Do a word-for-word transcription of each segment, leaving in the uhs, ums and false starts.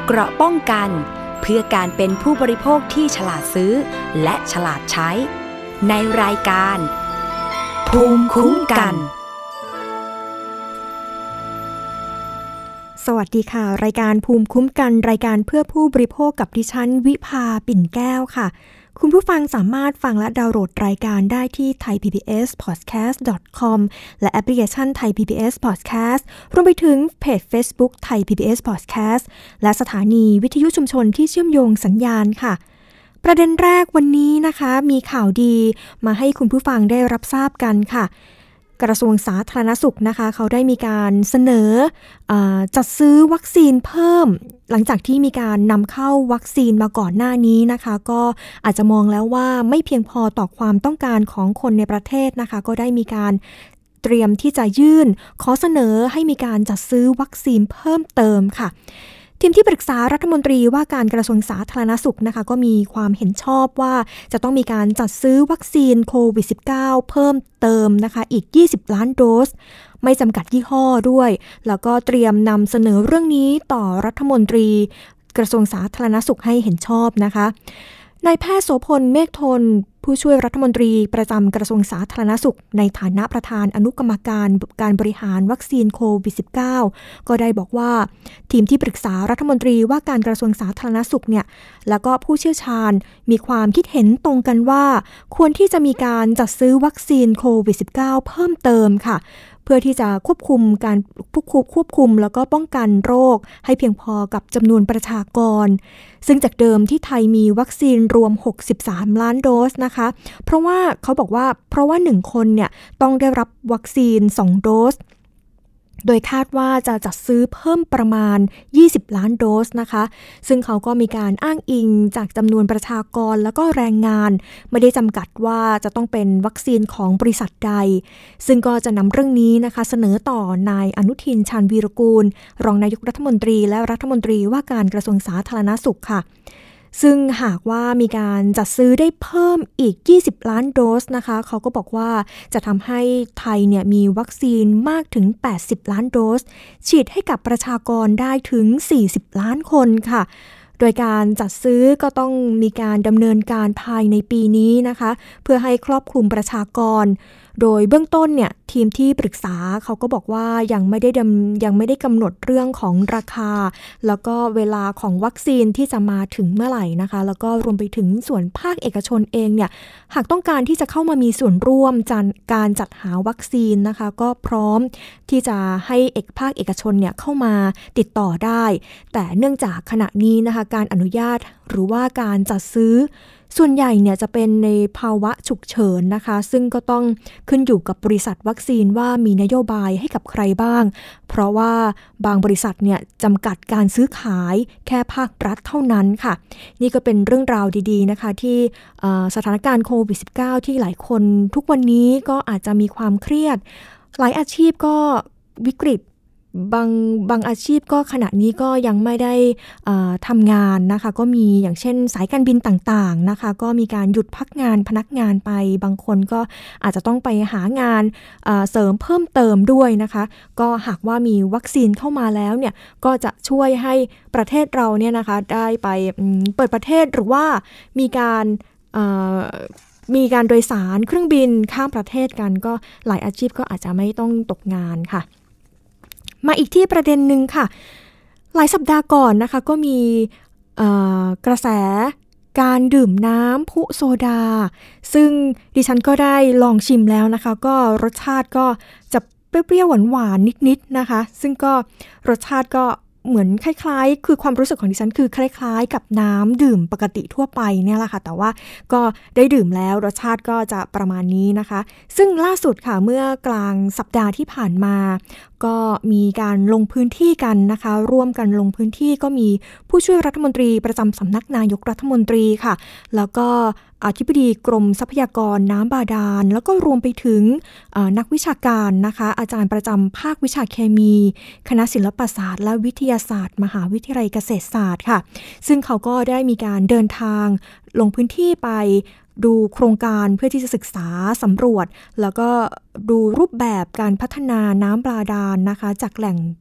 เกราะป้องกันเพื่อการเป็นผู้บริโภคที่ฉลาดซื้อและฉลาดใช้ในรายการภูมิคุ้มกันสวัสดีค่ะรายการภูมิคุ้มกันรายการเพื่อผู้บริโภคกับดิฉันวิภาปิ่นแก้วค่ะคุณผู้ฟังสามารถฟังและดาวน์โหลดรายการได้ที่ ไทย พี บี เอส พอดแคสต์ ดอท คอม และแอปพลิเคชัน Thai พี บี เอส Podcast รวมไปถึงเพจ Facebook Thai พี บี เอส Podcast และสถานีวิทยุชุมชนที่เชื่อมโยงสัญญาณค่ะประเด็นแรกวันนี้นะคะมีข่าวดีมาให้คุณผู้ฟังได้รับทราบกันค่ะกระทรวงสาธารณสุขนะคะเขาได้มีการเสนอเอ่อจัดซื้อวัคซีนเพิ่มหลังจากที่มีการนำเข้าวัคซีนมาก่อนหน้านี้นะคะก็อาจจะมองแล้วว่าไม่เพียงพอต่อความต้องการของคนในประเทศนะคะก็ได้มีการเตรียมที่จะยื่นขอเสนอให้มีการจัดซื้อวัคซีนเพิ่มเติมค่ะทีมที่ปรึกษารัฐมนตรีว่าการกระทรวงสาธารณสุขนะคะก็มีความเห็นชอบว่าจะต้องมีการจัดซื้อวัคซีนโควิด สิบเก้า เพิ่มเติมนะคะอีกยี่สิบล้านโดสไม่จำกัดยี่ห้อด้วยแล้วก็เตรียมนำเสนอเรื่องนี้ต่อรัฐมนตรีกระทรวงสาธารณสุขให้เห็นชอบนะคะนายแพทย์โสพลเมฆทนผู้ช่วยรัฐมนตรีประจำกระทรวงสาธารณสุขในฐานะประธานอนุกรรมการการบริหารวัคซีนโควิด สิบเก้า ก็ได้บอกว่าทีมที่ปรึกษารัฐมนตรีว่าการกระทรวงสาธารณสุขเนี่ยแล้วก็ผู้เชี่ยวชาญมีความคิดเห็นตรงกันว่าควรที่จะมีการจัดซื้อวัคซีนโควิด สิบเก้า เพิ่มเติมค่ะเพื่อที่จะควบคุมการควบคุมแล้วก็ป้องกันโรคให้เพียงพอกับจำนวนประชากรซึ่งจากเดิมที่ไทยมีวัคซีนรวมหกสิบสามล้านโดสนะคะเพราะว่าเขาบอกว่าเพราะว่าหนึ่งคนเนี่ยต้องได้รับวัคซีนสองโดสโดยคาดว่าจะจัดซื้อเพิ่มประมาณยี่สิบล้านโดสนะคะซึ่งเขาก็มีการอ้างอิงจากจำนวนประชากรแล้วก็แรงงานไม่ได้จำกัดว่าจะต้องเป็นวัคซีนของบริษัทใดซึ่งก็จะนำเรื่องนี้นะคะเสนอต่อนายอนุทินชาญวีรกูลรองนายกรัฐมนตรีและรัฐมนตรีว่าการกระทรวงสาธารณสุขค่ะซึ่งหากว่ามีการจัดซื้อได้เพิ่มอีกยี่สิบล้านโดสนะคะเขาก็บอกว่าจะทำให้ไทยเนี่ยมีวัคซีนมากถึงแปดสิบล้านโดสฉีดให้กับประชากรได้ถึงสี่สิบล้านคนค่ะโดยการจัดซื้อก็ต้องมีการดำเนินการภายในปีนี้นะคะเพื่อให้ครอบคลุมประชากรโดยเบื้องต้นเนี่ยทีมที่ปรึกษาเขาก็บอกว่ายังไม่ได้ยังไม่ได้กำหนดเรื่องของราคาแล้วก็เวลาของวัคซีนที่จะมาถึงเมื่อไหร่นะคะแล้วก็รวมไปถึงส่วนภาคเอกชนเองเนี่ยหากต้องการที่จะเข้ามามีส่วนร่วมการจัดหาวัคซีนนะคะก็พร้อมที่จะให้เอกภาคเอกชนเนี่ยเข้ามาติดต่อได้แต่เนื่องจากขณะนี้นะคะการอนุญาตหรือว่าการจัดซื้อส่วนใหญ่เนี่ยจะเป็นในภาวะฉุกเฉินนะคะซึ่งก็ต้องขึ้นอยู่กับบริษัทวัคซีนว่ามีนโยบายให้กับใครบ้างเพราะว่าบางบริษัทเนี่ยจำกัดการซื้อขายแค่ภาครัฐเท่านั้นค่ะนี่ก็เป็นเรื่องราวดีๆนะคะที่สถานการณ์โควิด สิบเก้า ที่หลายคนทุกวันนี้ก็อาจจะมีความเครียดหลายอาชีพก็วิกฤตบางบางอาชีพก็ขณะนี้ก็ยังไม่ได้ทำงานนะคะก็มีอย่างเช่นสายการบินต่างๆนะคะก็มีการหยุดพักงานพนักงานไปบางคนก็อาจจะต้องไปหางานเสริมเพิ่มเติมด้วยนะคะก็หากว่ามีวัคซีนเข้ามาแล้วเนี่ยก็จะช่วยให้ประเทศเราเนี่ยนะคะได้ไปเปิดประเทศหรือว่ามีการมีการโดยสารเครื่องบินข้ามประเทศกันก็หลายอาชีพก็อาจจะไม่ต้องตกงานค่ะมาอีกที่ประเด็นหนึ่งค่ะหลายสัปดาห์ก่อนนะคะก็มีกระแสการดื่มน้ำพุโซดาซึ่งดิฉันก็ได้ลองชิมแล้วนะคะก็รสชาติก็จะเปรี้ยวๆหวานๆนิดๆนะคะซึ่งก็รสชาติก็เหมือนคล้ายๆคือความรู้สึกของดิฉันคือคล้ายๆกับน้ำดื่มปกติทั่วไปเนี่ยแหละค่ะแต่ว่าก็ได้ดื่มแล้วรสชาติก็จะประมาณนี้นะคะซึ่งล่าสุดค่ะเมื่อกลางสัปดาห์ที่ผ่านมาก็มีการลงพื้นที่กันนะคะร่วมกันลงพื้นที่ก็มีผู้ช่วยรัฐมนตรีประจำสำนักนายกรัฐมนตรีค่ะแล้วก็อธิบดีกรมทรัพยากรน้ำบาดาลแล้วก็รวมไปถึงนักวิชาการนะคะอาจารย์ประจำภาควิชาเคมีคณะศิลปศาสตร์และวิทยาศาสตร์มหาวิทยาลัยเกษตรศาสตร์ค่ะซึ่งเขาก็ได้มีการเดินทางลงพื้นที่ไปดูโครงการเพื่อที่จะศึกษาสำรวจแล้วก็ดูรูปแบบการพัฒนาน้ำบาดาลนะคะจากแหล่งกัก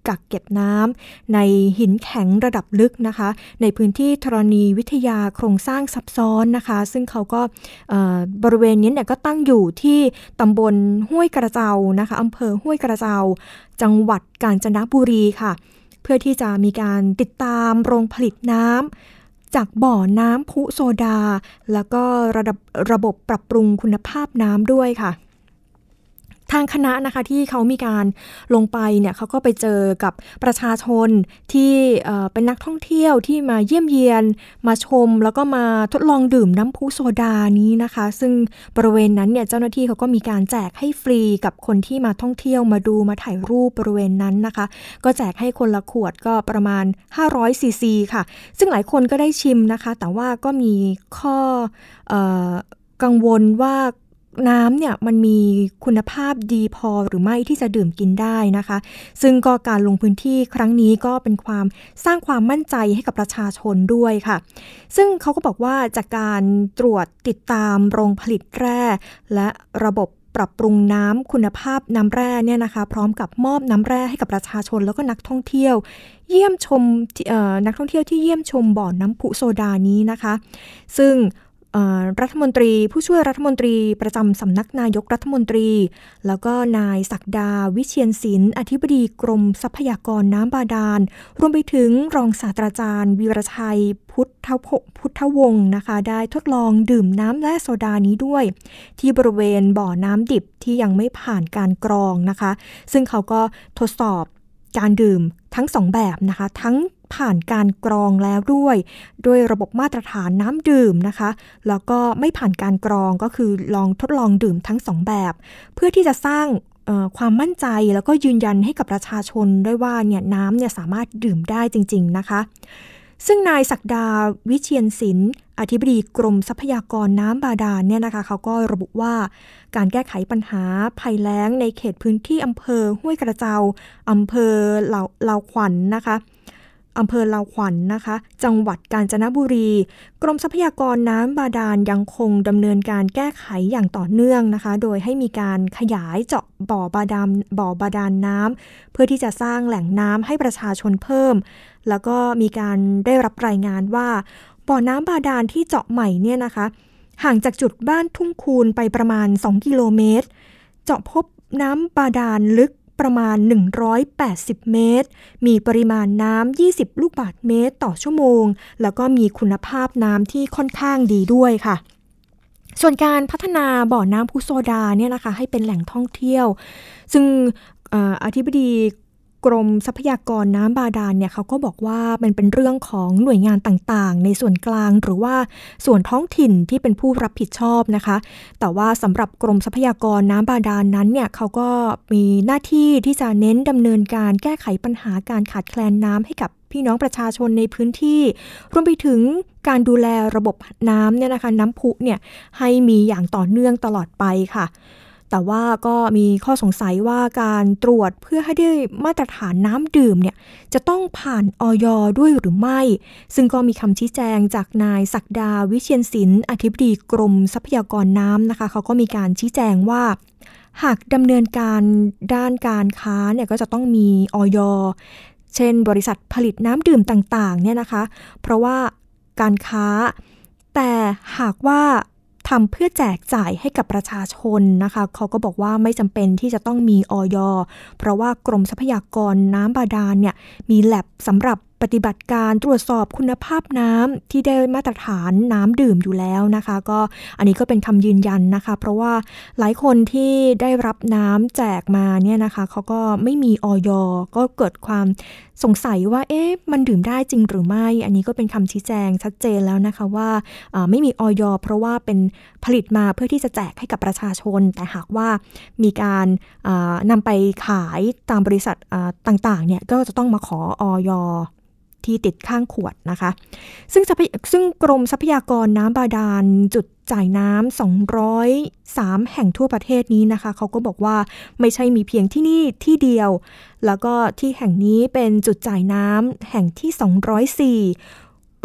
กักเก็บน้ำในหินแข็งระดับลึกนะคะในพื้นที่ธรณีวิทยาโครงสร้างซับซ้อนนะคะซึ่งเขาก็บริเวณนี้เนี่ยก็ตั้งอยู่ที่ตำบลห้วยกระเจ้านะคะอำเภอห้วยกระเจ้าจังหวัดกาญจนบุรีค่ะเพื่อที่จะมีการติดตามโรงผลิตน้ำจากบ่อน้ำพุโซดาแล้วก็ระดับระบบปรับปรุงคุณภาพน้ำด้วยค่ะทางคณะนะคะที่เขามีการลงไปเนี่ยเขาก็ไปเจอกับประชาชนที่เอ่อเป็นนักท่องเที่ยวที่มาเยี่ยมเยียนมาชมแล้วก็มาทดลองดื่มน้ำพุโซดานี้นะคะซึ่งบริเวณนั้นเนี่ยเจ้าหน้าที่เขาก็มีการแจกให้ฟรีกับคนที่มาท่องเที่ยวมาดูมาถ่ายรูปบริเวณนั้นนะคะก็แจกให้คนละขวดก็ประมาณห้าร้อยซีซีค่ะซึ่งหลายคนก็ได้ชิมนะคะแต่ว่าก็มีข้อเอ่อกังวลว่าน้ำเนี่ยมันมีคุณภาพดีพอหรือไม่ที่จะดื่มกินได้นะคะซึ่งก็การลงพื้นที่ครั้งนี้ก็เป็นความสร้างความมั่นใจให้กับประชาชนด้วยค่ะซึ่งเขาก็บอกว่าจากการตรวจติดตามโรงผลิตแร่และระบบปรับปรุงน้ำคุณภาพน้ำแร่เนี่ยนะคะพร้อมกับมอบน้ำแร่ให้กับประชาชนแล้วก็นักท่องเที่ยวเยี่ยมชมนักท่องเที่ยวที่เยี่ยมชมบ่อน้ำพุโซดานี้นะคะซึ่งรัฐมนตรีผู้ช่วยรัฐมนตรีประจำสำนักนายกรัฐมนตรีแล้วก็นายศักดาวิเชียรศิลป์อธิบดีกรมทรัพยากรน้ำบาดาลรวมไปถึงรองศาสตราจารย์วีรชัยพุทธพุทธวงศ์นะคะได้ทดลองดื่มน้ำแร่โซดานี้ด้วยที่บริเวณบ่อน้ำดิบที่ยังไม่ผ่านการกรองนะคะซึ่งเขาก็ทดสอบการดื่มทั้งสองแบบนะคะทั้งผ่านการกรองแล้วด้วยด้วยระบบมาตรฐานน้ำดื่มนะคะแล้วก็ไม่ผ่านการกรองก็คือลองทดลองดื่มทั้งสองแบบเพื่อที่จะสร้างความมั่นใจแล้วก็ยืนยันให้กับประชาชนด้วยว่าเนี่ยน้ำเนี่ยสามารถดื่มได้จริงๆนะคะซึ่งนายศักดาวิเชียรศิลป์อธิบดีกรมทรัพยากรน้ำบาดาลเนี่ยนะคะเขาก็ระบุว่าการแก้ไขปัญหาภัยแล้งในเขตพื้นที่อำเภอห้วยกระเจ้าอำเภอเหล่าเหล่าขวัญ นะคะอำเภอลาวขวัญ นะคะจังหวัดกาญจนบุรีกรมทรัพยากรน้ำบาดาลยังคงดำเนินการแก้ไขอย่างต่อเนื่องนะคะโดยให้มีการขยายเจาะบ่อบาดาลบ่อบาดาลน้ำเพื่อที่จะสร้างแหล่งน้ำให้ประชาชนเพิ่มแล้วก็มีการได้รับรายงานว่าบ่อน้ำบาดาลที่เจาะใหม่เนี่ยนะคะห่างจากจุดบ้านทุ่งคูนไปประมาณสองกิโลเมตรเจาะพบน้ำบาดาลลึกประมาณหนึ่งร้อยแปดสิบเมตรมีปริมาณน้ำยี่สิบลูกบาศก์เมตรต่อชั่วโมงแล้วก็มีคุณภาพน้ำที่ค่อนข้างดีด้วยค่ะส่วนการพัฒนาบ่อน้ำพุโซดาเนี่ยนะคะให้เป็นแหล่งท่องเที่ยวซึ่งอธิบดีกรมทรัพยากรน้ำบาดาลเนี่ยเขาก็บอกว่ามันเป็นเรื่องของหน่วยงานต่างๆในส่วนกลางหรือว่าส่วนท้องถิ่นที่เป็นผู้รับผิดชอบนะคะแต่ว่าสำหรับกรมทรัพยากรน้ำบาดาลนั้นเนี่ยเขาก็มีหน้าที่ที่จะเน้นดำเนินการแก้ไขปัญหาการขาดแคลนน้ำให้กับพี่น้องประชาชนในพื้นที่รวมไปถึงการดูแลระบบน้ำเนี่ยนะคะน้ำพุเนี่ยให้มีอย่างต่อเนื่องตลอดไปค่ะแต่ว่าก็มีข้อสงสัยว่าการตรวจเพื่อให้ได้มาตรฐานน้ำดื่มเนี่ยจะต้องผ่านอย.ด้วยหรือไม่ซึ่งก็มีคำชี้แจงจากนายศักดาวิเชียรศิลป์อธิบดีกรมทรัพยากรน้ำนะคะเขาก็มีการชี้แจงว่าหากดำเนินการด้านการค้าเนี่ยก็จะต้องมีอย.เช่นบริษัทผลิตน้ำดื่มต่างๆเนี่ยนะคะเพราะว่าการค้าแต่หากว่าทำเพื่อแจกจ่ายให้กับประชาชนนะคะเขาก็บอกว่าไม่จำเป็นที่จะต้องมีอย.เพราะว่ากรมทรัพยากรน้ำบาดาลเนี่ยมีแลบสำหรับปฏิบัติการตรวจสอบคุณภาพน้ำที่ได้มาตรฐานน้ำดื่มอยู่แล้วนะคะก็อันนี้ก็เป็นคำยืนยันนะคะเพราะว่าหลายคนที่ได้รับน้ำแจกมาเนี่ยนะคะเขาก็ไม่มีอย.ก็เกิดความสงสัยว่าเอ๊ะมันดื่มได้จริงหรือไม่อันนี้ก็เป็นคำชี้แจงชัดเจนแล้วนะคะว่าไม่มีอย.เพราะว่าเป็นผลิตมาเพื่อที่จะแจกให้กับประชาชนแต่หากว่ามีการนำไปขายตามบริษัทต่างๆเนี่ยก็จะต้องมาขออย.ที่ติดข้างขวดนะคะซึ่งซึ่งกรมทรัพยากรน้ำบาดาลจุดจ่ายน้ำสองร้อยสามแห่งทั่วประเทศนี้นะคะเขาก็บอกว่าไม่ใช่มีเพียงที่นี่ที่เดียวแล้วก็ที่แห่งนี้เป็นจุดจ่ายน้ำแห่งที่สองร้อยสี่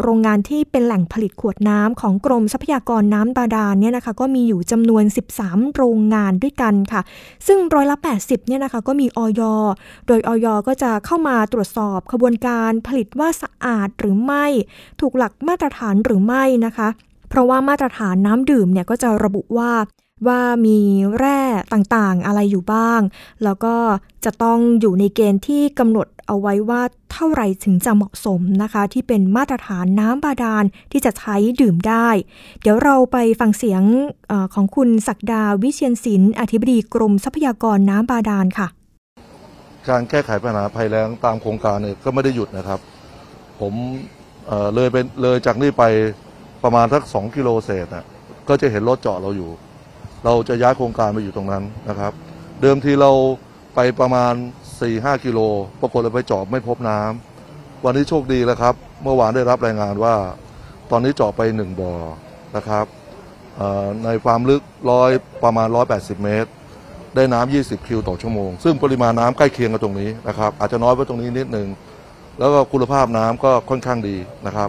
โรงงานที่เป็นแหล่งผลิตขวดน้ำของกรมทรัพยากรน้ำบาดาลเนี่ยนะคะก็มีอยู่จำนวนสิบสามโรงงานด้วยกันค่ะซึ่งร้อยละแปดสิบเนี่ยนะคะก็มีอย.โดยอย.ก็จะเข้ามาตรวจสอบขบวนการผลิตว่าสะอาดหรือไม่ถูกหลักมาตรฐานหรือไม่นะคะเพราะว่ามาตรฐานน้ำดื่มเนี่ยก็จะระบุว่าว่ามีแร่ต่างๆอะไรอยู่บ้างแล้วก็จะต้องอยู่ในเกณฑ์ที่กำหนดเอาไว้ว่าเท่าไหร่ถึงจะเหมาะสมนะคะที่เป็นมาตรฐานน้ำบาดาลที่จะใช้ดื่มได้เดี๋ยวเราไปฟังเสียงเอ่อของคุณศักดาวิเชียรศิลป์อธิบดีกรมทรัพยากรน้ำบาดาลค่ะการแก้ไขปัญหาภัยแล้งตามโครงการเนี่ยก็ไม่ได้หยุดนะครับผมเอ่อเลยเป็นเลยจากนี้ไปประมาณสักสองกิโลเศษนะก็จะเห็นรถจอดเราอยู่เราจะย้ายโครงการไปอยู่ตรงนั้นนะครับเดิมทีเราไปประมาณ สี่ห้า กิโลปรากฏเราไปจอดไม่พบน้ำวันนี้โชคดีแล้วครับเมื่อวานได้รับรายงานว่าตอนนี้เจาะไปหนึ่งบ่อนะครับในความลึกร้อยประมาณหนึ่งร้อยแปดสิบเมตรได้น้ำยี่สิบคิวต่อชั่วโมงซึ่งปริมาณน้ำใกล้เคียงกับตรงนี้นะครับอาจจะน้อยกว่าตรงนี้นิดนึงแล้วก็คุณภาพน้ำก็ค่อนข้างดีนะครับ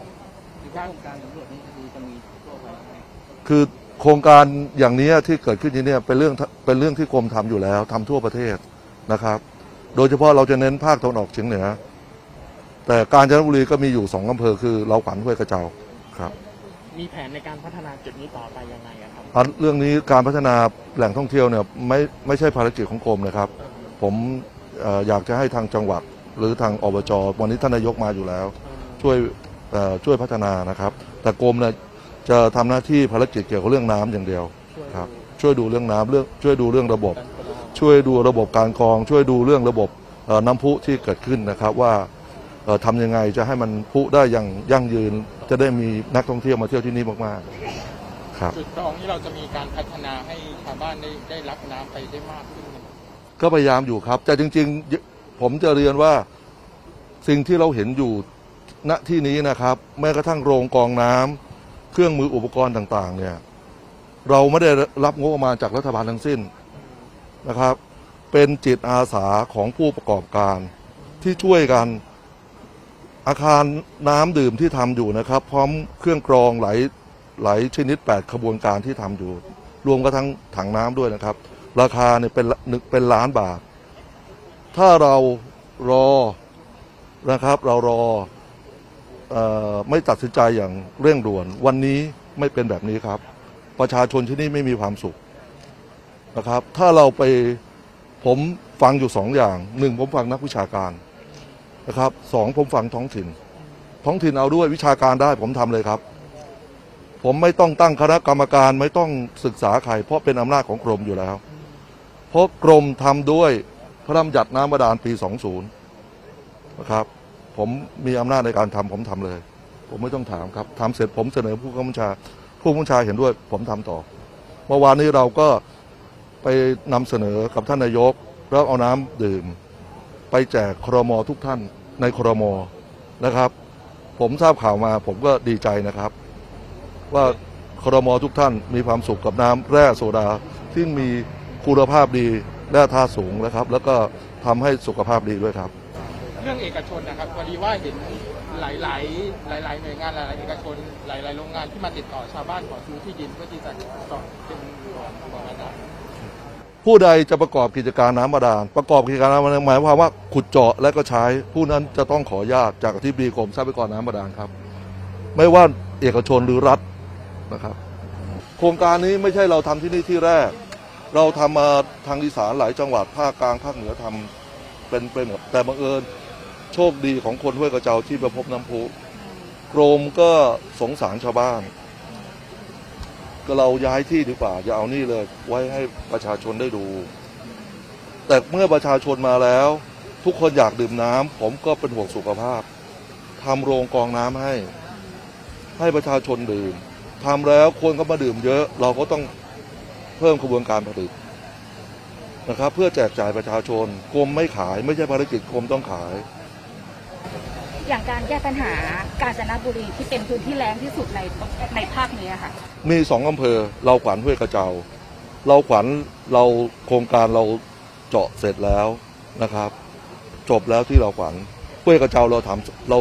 คือโครงการอย่างนี้ที่เกิดขึ้นที่นี่เป็นเรื่องเป็นเรื่องที่กรมทำอยู่แล้วทำทั่วประเทศนะครับโดยเฉพาะเราจะเน้นภาคตะวันออกเฉียงเหนือแต่กาญจนบุรีก็มีอยู่สองอำเภอคือเราขวัญห้วยกระเจ้าครับมีแผนในการพัฒนาจุดนี้ต่อไปยังไงครับเรื่องนี้การพัฒนาแหล่งท่องเที่ยวเนี่ยไม่ไม่ใช่ภารกิจของกรมนะครับผมเอ่ออยากจะให้ทางจังหวัดหรือทางอบจ.วันนี้ท่านนายกมาอยู่แล้วช่วยเอ่อช่วยพัฒนานะครับแต่กรมเนี่ยจะทำหน้าที่ภารกิจเกี่ยวกับเรื่องน้ำอย่างเดียวครับช่วยดูเรื่องน้ำเรื่องช่วยดูเรื่องระบบช่วยดูระบบการกรองช่วยดูเรื่องระบบน้ำพุที่เกิดขึ้นนะครับว่าทำยังไงจะให้มันพุได้อย่างยั่งยืนจะได้มีนักท่องเที่ยวมาเที่ยวที่นี่มากๆครับจุดกรองนี้เราจะมีการพัฒนาให้ชาวบ้านได้ได้รับน้ำไปได้มากขึ้นก็พยายามอยู่ครับแต่จริงๆผมจะเรียนว่าสิ่งที่เราเห็นอยู่ณที่นี้นะครับแม้กระทั่งโรงกรองน้ำเครื่องมืออุปกรณ์ต่างๆเนี่ยเราไม่ได้รับงบประมาณจากรัฐบาลทั้งสิ้นนะครับเป็นจิตอาสาของผู้ประกอบการที่ช่วยกันอาคารน้ำดื่มที่ทำอยู่นะครับพร้อมเครื่องกรองหลายหลายชนิดแปดขบวนการที่ทำอยู่รวมกระทั่งถังน้ำด้วยนะครับราคาเนี่ยเป็นเป็นล้านบาทถ้าเรารอนะครับเรารอเอ่อไม่ตัดสินใจอย่างเร่งด่วนวันนี้ไม่เป็นแบบนี้ครับประชาชนที่นี่ไม่มีความสุขนะครับถ้าเราไปผมฟังอยู่สองอย่างหนึ่งผมฟังนักวิชาการนะครับสองผมฟังท้องถิ่นท้องถิ่นเอาด้วยวิชาการได้ผมทำเลยครับผมไม่ต้องตั้งคณะกรรมการไม่ต้องศึกษาใครเพราะเป็นอำนาจของกรมอยู่แล้วเพราะกรมทำด้วยพระราชบัญญัติน้ำบาดาลปีสองสิบนะครับผมมีอำนาจในการทำผมทำเลยผมไม่ต้องถามครับทำเสร็จผมเสนอผู้บัญชาผู้บัญชาเห็นด้วยผมทำต่อเมื่อวานนี้เราก็ไปนำเสนอกับท่านนายกแล้วเอาน้ำดื่มไปแจกครม.ทุกท่านในครม.นะครับผมทราบข่าวมาผมก็ดีใจนะครับว่าครม.ทุกท่านมีความสุขกับน้ำแร่โซดาที่มีคุณภาพดีแร่ธาตุสูงนะครับแล้วก็ทำให้สุขภาพดีด้วยครับเรื่องเอกชนนะครับพอดีว่าเห็นหลายๆหลายๆหน่วยงานหลายๆเอกชนหลายๆโรงงานที่มาติดต่อชาวบ้านขอซื้อที่ดินเพื่อที่จะต่อเป็นบ่อบาดาลผู้ใดจะประกอบกิจการน้ำบาดาลประกอบกิจการน้ำบาดาลหมายความว่าขุดเจาะและก็ใช้ผู้นั้นจะต้องขออนุญาตจากอธิบดีกรมทรัพยากรน้ำบาดาลครับไม่ว่าเอกชนหรือรัฐนะครับโครงการนี้ไม่ใช่เราทำที่นี่ที่แรกเราทำมาทางอีสานหลายจังหวัดภาคกลางภาคเหนือทำเป็นเป็นหมดแต่บังเอิญโชคดีของคนห้วยกระเจ้าที่ไปพบน้ำพุกรมก็สงสารชาวบ้านก็เราย้ายที่ดีกว่าอย่าเอานี่เลยไว้ให้ประชาชนได้ดูแต่เมื่อประชาชนมาแล้วทุกคนอยากดื่มน้ำผมก็เป็นห่วงสุขภาพทำโรงกรองน้ำให้ให้ประชาชนดื่มทำแล้วคนก็มาดื่มเยอะเราก็ต้องเพิ่มกระบวนการผลิตนะครับเพื่อแจกจ่ายประชาชนกรมไม่ขายไม่ใช่ภารกิจกรมต้องขายอย่างการแก้ปัญหากาญจนบุรีที่เป็นพื้นที่แล้งที่สุดในในภาคนี้ค่ะมีสองอำเภอเราขวัญห้วยกระเจ้าเราขวัญเราโครงการเราเจาะเสร็จแล้วนะครับจบแล้วที่เราขวัญห้วยกระเจ้าเราทำเรา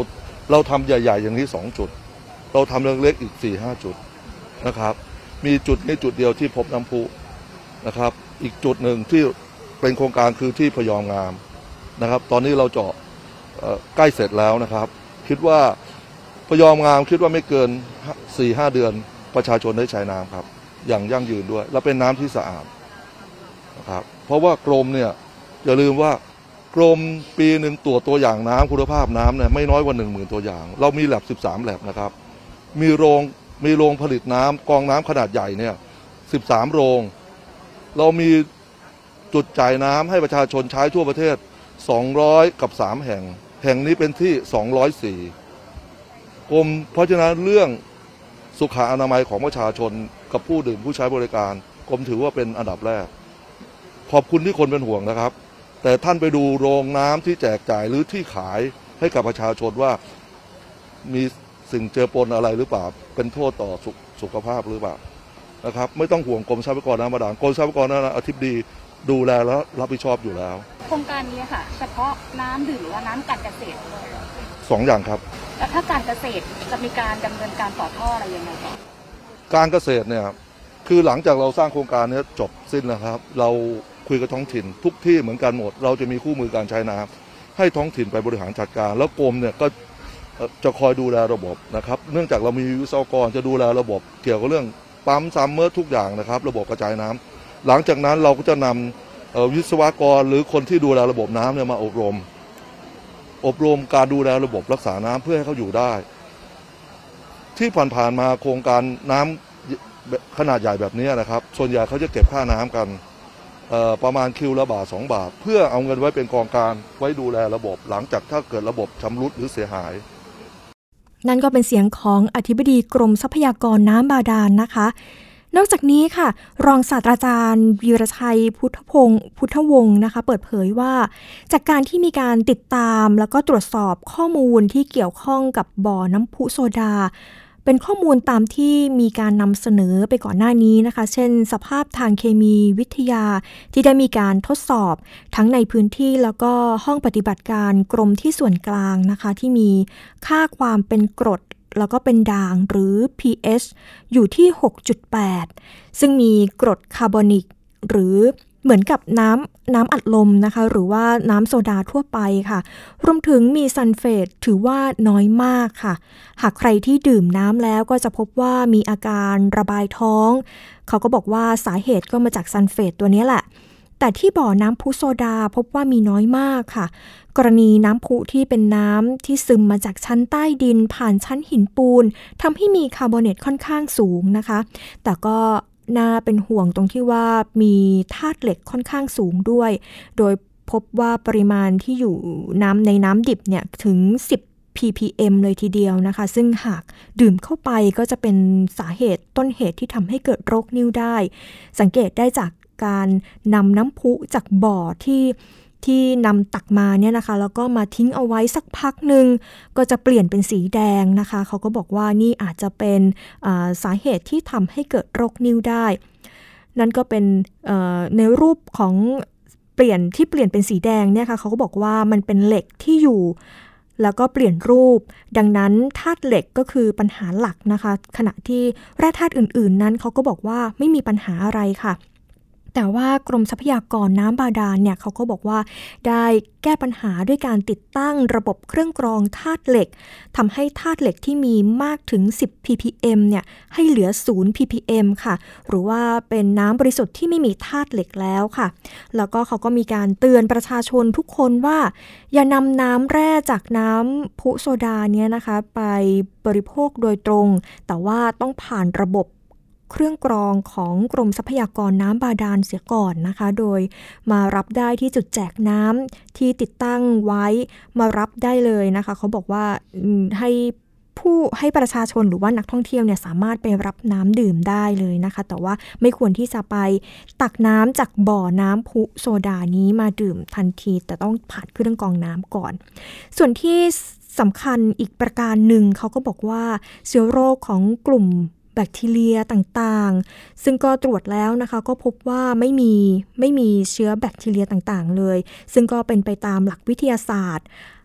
เราทำใหญ่ๆอย่างนี้สองจุดเราทำเล็กๆอีก สี่ห้า จุดนะครับมีจุดนี้จุดเดียวที่พบน้ำพุนะครับอีกจุดหนึ่งที่เป็นโครงการคือที่พยอมงามนะครับตอนนี้เราเจาะใกล้เสร็จแล้วนะครับคิดว่าพยอมงามคิดว่าไม่เกิน สี่ห้า เดือนประชาชนได้ใช้น้ำครับอย่างยั่งยืนด้วยและเป็นน้ำที่สะอาดนะครับเพราะว่ากรมเนี่ยอย่าลืมว่ากรมปีหนึ่งตรวจตัวอย่างน้ำคุณภาพน้ำเนี่ยไม่น้อยกว่า หนึ่งหมื่น ตัวอย่างเรามีแลบสิบสามแลบนะครับมีโรงมีโรงผลิตน้ำกองน้ำขนาดใหญ่เนี่ยสิบสามโรงเรามีจุดจ่ายน้ำให้ประชาชนใช้ทั่วประเทศสองร้อยกับสามแห่งแห่งนี้เป็นที่สองร้อยสี่กรมเพราะฉะนั้นเรื่องสุขอนามัยของประชาชนกับผู้ดื่มผู้ใช้บริการกรมถือว่าเป็นอันดับแรกขอบคุณที่คนเป็นห่วงนะครับแต่ท่านไปดูโรงน้ำที่แจกจ่ายหรือที่ขายให้กับประชาชนว่ามีสิ่งเจือปนอะไรหรือเปล่าเป็นโทษต่อ ส, สุขภาพหรือเปล่านะครับไม่ต้องห่วงกรมทรัพยากรน้ำบาดาลกรมทรัพยากรน้ำอธิบดีดูแลและรับผิดชอบอยู่แล้วโครงการนี้ค่ะเฉพาะน้ำดื่มหรือว่าน้ำการเกษตรสองอย่างครับแล้วถ้าการเกษตรจะมีการดำเนินการต่อท่ออะไรยังไงต่อการเกษตรเนี่ยคือหลังจากเราสร้างโครงการนี้จบสิ้นแล้วครับเราคุยกับท้องถิ่นทุกที่เหมือนกันหมดเราจะมีคู่มือการใช้น้ำให้ท้องถิ่นไปบริหารจัดการแล้วกรมเนี่ยก็จะคอยดูแลระบบนะครับเนื่องจากเรามีวิศวกรจะดูแลระบบเกี่ยวกับเรื่องปั๊มซัมเมอร์ทุกอย่างนะครับระบบกระจายน้ำหลังจากนั้นเราก็จะนำวิศวกรหรือคนที่ดูแลระบบน้ำเนี่ยมาอบรมอบรมการดูแลระบบรักษาน้ำเพื่อให้เขาอยู่ได้ที่ผ่านๆมาโครงการน้ำขนาดใหญ่แบบนี้นะครับส่วนใหญ่เขาจะเก็บค่าน้ำกันประมาณคิวละบาทสองบาทเพื่อเอาเงินไว้เป็นกองการไว้ดูแลระบบหลังจากถ้าเกิดระบบชำรุดหรือเสียหายนั่นก็เป็นเสียงของอธิบดีกรมทรัพยากรน้ำบาดาลนะคะนอกจากนี้ค่ะรองศาสตราจารย์วีรชัยพุทธพงศ์พุทธวงศ์นะคะเปิดเผยว่าจากการที่มีการติดตามแล้วก็ตรวจสอบข้อมูลที่เกี่ยวข้องกับบ่อน้ำพุโซดาเป็นข้อมูลตามที่มีการนำเสนอไปก่อนหน้านี้นะคะเช่นสภาพทางเคมีวิทยาที่ได้มีการทดสอบทั้งในพื้นที่แล้วก็ห้องปฏิบัติการกรมที่ส่วนกลางนะคะที่มีค่าความเป็นกรดแล้วก็เป็นด่างหรือ พี เอช อยู่ที่ หกจุดแปด ซึ่งมีกรดคาร์บอนิกหรือเหมือนกับน้ำน้ำอัดลมนะคะหรือว่าน้ำโซดาทั่วไปค่ะรวมถึงมีซัลเฟตถือว่าน้อยมากค่ะหากใครที่ดื่มน้ำแล้วก็จะพบว่ามีอาการระบายท้องเขาก็บอกว่าสาเหตุก็มาจากซัลเฟตตัวนี้แหละแต่ที่บ่อน้ำพุโซดาพบว่ามีน้อยมากค่ะกรณีน้ำพุที่เป็นน้ำที่ซึมมาจากชั้นใต้ดินผ่านชั้นหินปูนทำให้มีคาร์บอเนตค่อนข้างสูงนะคะแต่ก็น่าเป็นห่วงตรงที่ว่ามีธาตุเหล็กค่อนข้างสูงด้วยโดยพบว่าปริมาณที่อยู่น้ำในน้ำดิบเนี่ยถึงสิบ พี พี เอ็ม เลยทีเดียวนะคะซึ่งหากดื่มเข้าไปก็จะเป็นสาเหตุต้นเหตุที่ทำให้เกิดโรคนิ่วได้สังเกตได้จากการนำน้ำพุจากบ่อที่ที่นำตักมาเนี่ยนะคะแล้วก็มาทิ้งเอาไว้สักพักหนึ่งก็จะเปลี่ยนเป็นสีแดงนะคะเขาก็บอกว่านี่อาจจะเป็นสาเหตุที่ทำให้เกิดโรคนิ่วได้นั่นก็เป็นในรูปของเปลี่ยนที่เปลี่ยนเป็นสีแดงเนี่ยค่ะเขาก็บอกว่ามันเป็นเหล็กที่อยู่แล้วก็เปลี่ยนรูปดังนั้นธาตุเหล็กก็คือปัญหาหลักนะคะขณะที่แร่ธาตุอื่นๆนั้นเขาก็บอกว่าไม่มีปัญหาอะไรค่ะแต่ว่ากรมทรัพยากรน้ำบาดาลเนี่ยเขาก็บอกว่าได้แก้ปัญหาด้วยการติดตั้งระบบเครื่องกรองธาตุเหล็กทำให้ธาตุเหล็กที่มีมากถึงสิบ พี พี เอ็ม เนี่ยให้เหลือศูนย์ พี พี เอ็ม ค่ะหรือว่าเป็นน้ำบริสุทธิ์ที่ไม่มีธาตุเหล็กแล้วค่ะแล้วก็เขาก็มีการเตือนประชาชนทุกคนว่าอย่านำน้ำแร่จากน้ำพุโซดาเนี่ยนะคะไปบริโภคโดยตรงแต่ว่าต้องผ่านระบบเครื่องกรองของกรมทรัพยากรน้ำบาดาลเสียก่อนนะคะโดยมารับได้ที่จุดแจกน้ำที่ติดตั้งไว้มารับได้เลยนะคะเขาบอกว่าให้ผู้ให้ประชาชนหรือว่านักท่องเที่ยวเนี่ยสามารถไปรับน้ำดื่มได้เลยนะคะแต่ว่าไม่ควรที่จะไปตักน้ำจากบ่อน้ำพุโซดานี้มาดื่มทันทีแต่ต้องผ่านเครื่องกรองน้ำก่อนส่วนที่สำคัญอีกประการหนึ่งเขาก็บอกว่าเชื้อโรคของกลุ่มแบคทีเรียต่างๆซึ่งก็ตรวจแล้วนะคะก็พบว่าไม่มีไม่มีเชื้อแบคทีเรียต่างๆเลยซึ่งก็เป็นไปตามหลักวิทยาศาสตร์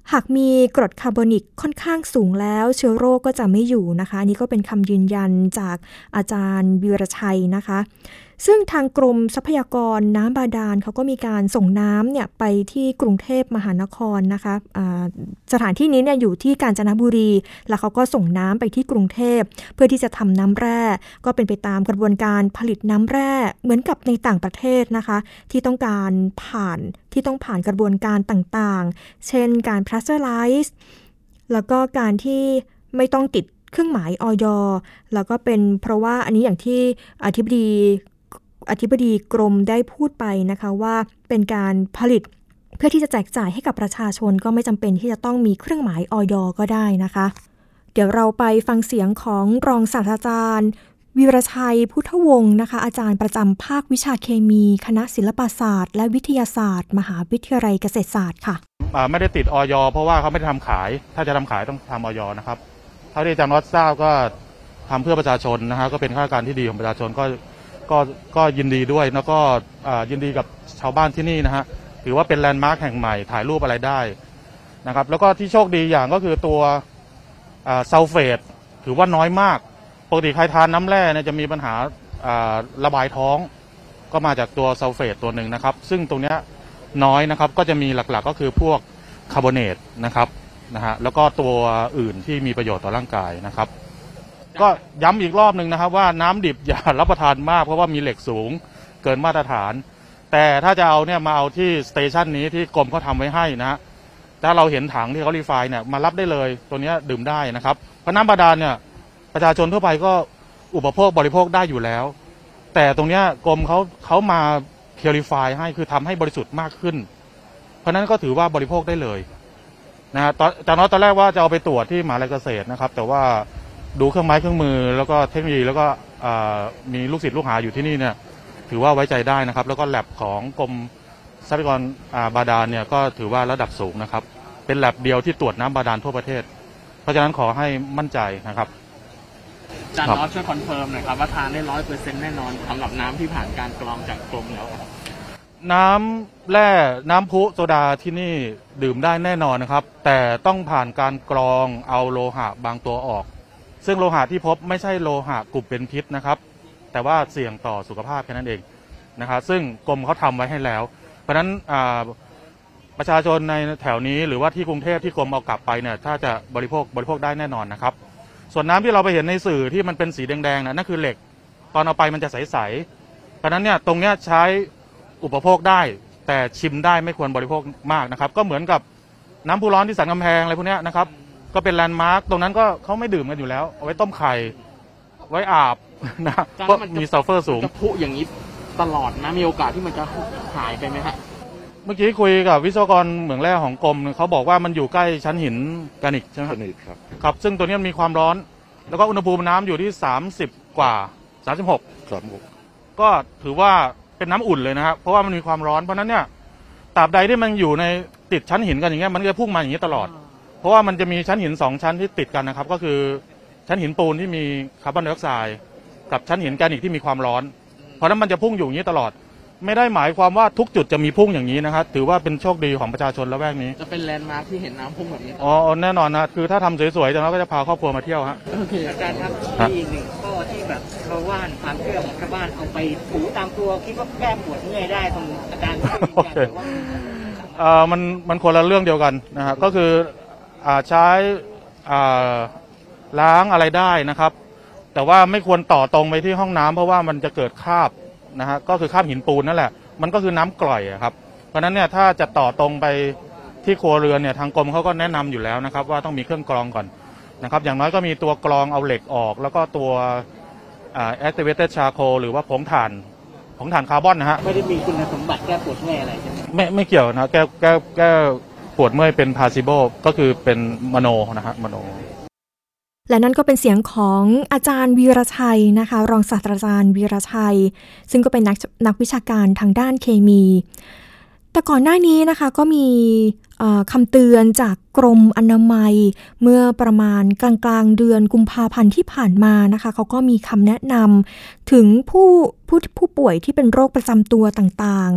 หากมีกรดคาร์บอนิกค่อนข้างสูงแล้วเชื้อโรคก็จะไม่อยู่นะคะอันนี้ก็เป็นคำยืนยันจากอาจารย์วีรชัยนะคะซึ่งทางกรมทรัพยากรน้ำบาดาลเขาก็มีการส่งน้ำเนี่ยไปที่กรุงเทพมหานครนะคะะสถานที่นี้เนี่ยอยู่ที่กาญจนบุรีแล้วเขาก็ส่งน้ำไปที่กรุงเทพเพื่อที่จะทำน้ำแร่ก็เป็นไปตามกระบวนการผลิตน้ำแร่เหมือนกับในต่างประเทศนะคะที่ต้องการผ่านที่ต้องผ่านกระบวนการต่างๆเช่นการ pasteurize แล้วก็การที่ไม่ต้องติดเครื่องหมายอย.แล้วก็เป็นเพราะว่าอันนี้อย่างที่อธิบดีอธิบดีกรมได้พูดไปนะคะว่าเป็นการผลิตเพื่อที่จะแจกจ่ายให้กับประชาชนก็ไม่จำเป็นที่จะต้องมีเครื่องหมายอย.ก็ได้นะคะเดี๋ยวเราไปฟังเสียงของรองศาสตราจารย์วีรชัยพุทธวงศ์นะคะอาจารย์ประจำภาควิชาเคมีคณะศิลปศาสตร์และวิทยาศาสตร์มหาวิทยาลัยเกษตรศาสตร์ค่ะไม่ได้ติดอย.เพราะว่าเขาไม่ได้ทำขายถ้าจะทำขายต้องทำอย.นะครับเท่าที่อาจารย์วัดทราบก็ทำเพื่อประชาชนนะฮะก็เป็นข้าราชการที่ดีของประชาชนก็ก็ก็ยินดีด้วยแล้วก็ยินดีกับชาวบ้านที่นี่นะฮะถือว่าเป็นแลนด์มาร์คแห่งใหม่ถ่ายรูปอะไรได้นะครับแล้วก็ที่โชคดีอย่างก็คือตัวซัลเฟตถือว่าน้อยมากปกติใครทานน้ำแร่เนี่ยจะมีปัญหาระบายท้องก็มาจากตัวซัลเฟตตัวหนึ่งนะครับซึ่งตรงเนี้ยน้อยนะครับก็จะมีหลักๆ ก็คือพวกคาร์บอเนตนะครับนะฮะแล้วก็ตัวอื่นที่มีประโยชน์ต่อร่างกายนะครับก็ย้ำอีกรอบหนึ่งนะครับว่าน้ำดิบอย่ารับประทานมากเพราะว่ามีเหล็กสูงเกินมาตรฐานแต่ถ้าจะเอาเนี่ยมาเอาที่สเตชันนี้ที่กรมเขาทำไว้ให้นะฮะถ้าเราเห็นถังที่เขารีไฟน์เนี่ยมารับได้เลยตัวนี้ดื่มได้นะครับเพราะน้ำบาดาลเนี่ยประชาชนทั่วไปก็อุปโภคบริโภคได้อยู่แล้วแต่ตรงนี้กรมเขาเขามาพิวริฟายให้คือทำให้บริสุทธิ์มากขึ้นเพราะนั้นก็ถือว่าบริโภคได้เลยนะฮะตอนจากนั้นตอนแรกว่าจะเอาไปตรวจที่มหาวิทยาลัยเกษตรนะครับแต่ว่าดูเครื่องไม้เครื่องมือแล้วก็เทคโนโลยีแล้วก็มีลูกศิษย์ลูกหาอยู่ที่นี่เนี่ยถือว่าไว้ใจได้นะครับแล้วก็แลบของกรมทรัพยากรบาดาลเนี่ยก็ถือว่าระดับสูงนะครับเป็นแลบเดียวที่ตรวจน้ำบาดาลทั่วประเทศเพราะฉะนั้นขอให้มั่นใจนะครับอาจารย์น็อตช่วยคอนเฟิร์มหน่อยครับว่าทานได้ร้อยเปอร์เซ็นต์แน่นอนสำหรับน้ำที่ผ่านการกรองจากกรมแล้วน้ำแร่น้ำพุโซดาที่นี่ดื่มได้แน่นอนนะครับแต่ต้องผ่านการกรองเอาโลหะบางตัวออกซึ่งโลหะที่พบไม่ใช่โลหะกลุ่มเป็นพิษนะครับแต่ว่าเสี่ยงต่อสุขภาพแค่นั้นเองนะครับซึ่งกรมเขาทำไว้ให้แล้วเพราะฉะนั้นประชาชนในแถวนี้หรือว่าที่กรุงเทพที่กรมเอากลับไปเนี่ยถ้าจะบริโภคบริโภคได้แน่นอนนะครับส่วนน้ำที่เราไปเห็นในสื่อที่มันเป็นสีแดงๆนะนั่นคือเหล็กตอนเอาไปมันจะใสๆเพราะฉะนั้นเนี่ยตรงเนี้ยใช้อุปโภคได้แต่ชิมได้ไม่ควรบริโภคมากนะครับก็เหมือนกับน้ำพุร้อนที่สันกำแพงอะไรพวกนี้นะครับก็เป็นแลนด์มาร์คตรงนั้นก็เขาไม่ดื่มกันอยู่แล้วเอาไว้ต้มไข่ไว้อาบนะเพราะมีซัลเฟอร์สูงจะพุอย่างนี้ตลอดนะมีโอกาสที่มันจะหายไปไหมฮะเมื่อกี้คุยกับวิศวกรเหมืองแร่ของกรมเขาบอกว่ามันอยู่ใกล้ชั้นหินแกรนิตใช่ไหมครับครับซึ่งตัวนี้มีความร้อนแล้วก็อุณหภูมิน้ำอยู่ที่สามสิบกว่าสามสิบหกก็ถือว่าเป็นน้ำอุ่นเลยนะครับเพราะว่ามันมีความร้อนเพราะนั้นเนี่ยตราบใดที่มันอยู่ในติดชั้นหินกันอย่างเงี้ยมันจะพุ่งมาอย่างนี้ตลอดเพราะว่ามันจะมีชั้นหินสองชั้นที่ติดกันนะครับก็คือชั้นหินปูนที่มีคาร์บอนไดออกไซด์กับชั้นหินแกรนิตที่มีความร้อนเพราะนั้นมันจะพุ่งอยู่อย่างนี้ตลอดไม่ได้หมายความว่าทุกจุดจะมีพุ่งอย่างนี้นะครับถือว่าเป็นโชคดีของประชาชนละแวกนี้จะเป็นแลนด์มาร์คที่เห็นน้ำพุ่งแบบนี้อ๋อแน่นอนนะคือถ้าทำสวยๆจากนั้นก็จะพาครอบครัวมาเที่ยวฮะโอเคอาจารย์ครับมีอีกหนึ่งข้อที่แบบชาวบ้านความเชื่อของชาวบ้านเอาไปถูตามตัวคิดว่าแก้ปวดเมื่อยได้ตรงอาจารย์โอเคเอ่อมันมันคนละเรื่องเดียวกันนะฮะก็คืออ่าใช้อ่าล้างอะไรได้นะครับแต่ว่าไม่ควรต่อตรงไปที่ห้องน้ำเพราะว่ามันจะเกิดคราบนะฮะก็คือคราบหินปูนนั่นแหละมันก็คือน้ำกร่อยครับเพราะฉะนั้นเนี่ยถ้าจะต่อตรงไปที่ครัวเรือนเนี่ยทางกรมเขาก็แนะนำอยู่แล้วนะครับว่าต้องมีเครื่องกรองก่อนนะครับอย่างน้อยก็มีตัวกรองเอาเหล็กออกแล้วก็ตัวอ่า activated charcoal หรือว่าผงถ่านผงถ่านคาร์บอนนะฮะไม่ได้มีคุณสมบัติแก้ปวดเมื่อยอะไรใช่ไหมไม่ไม่เกี่ยวนะแก้แก้แก้ปวดเมื่อยเป็น placebo ก็คือเป็นมโนนะฮะมโนและนั่นก็เป็นเสียงของอาจารย์วีรชัยนะคะรองศาสตราจารย์วีรชัยซึ่งก็เป็นนักนักวิชาการทางด้านเคมีแต่ก่อนหน้านี้นะคะก็มีคำเตือนจากกรมอนามัยเมื่อประมาณกลางๆเดือนกุมภาพันธ์ที่ผ่านมานะคะเขาก็มีคำแนะนำถึงผู้ผู้ผู้ป่วยที่เป็นโรคประจำตัวต่าง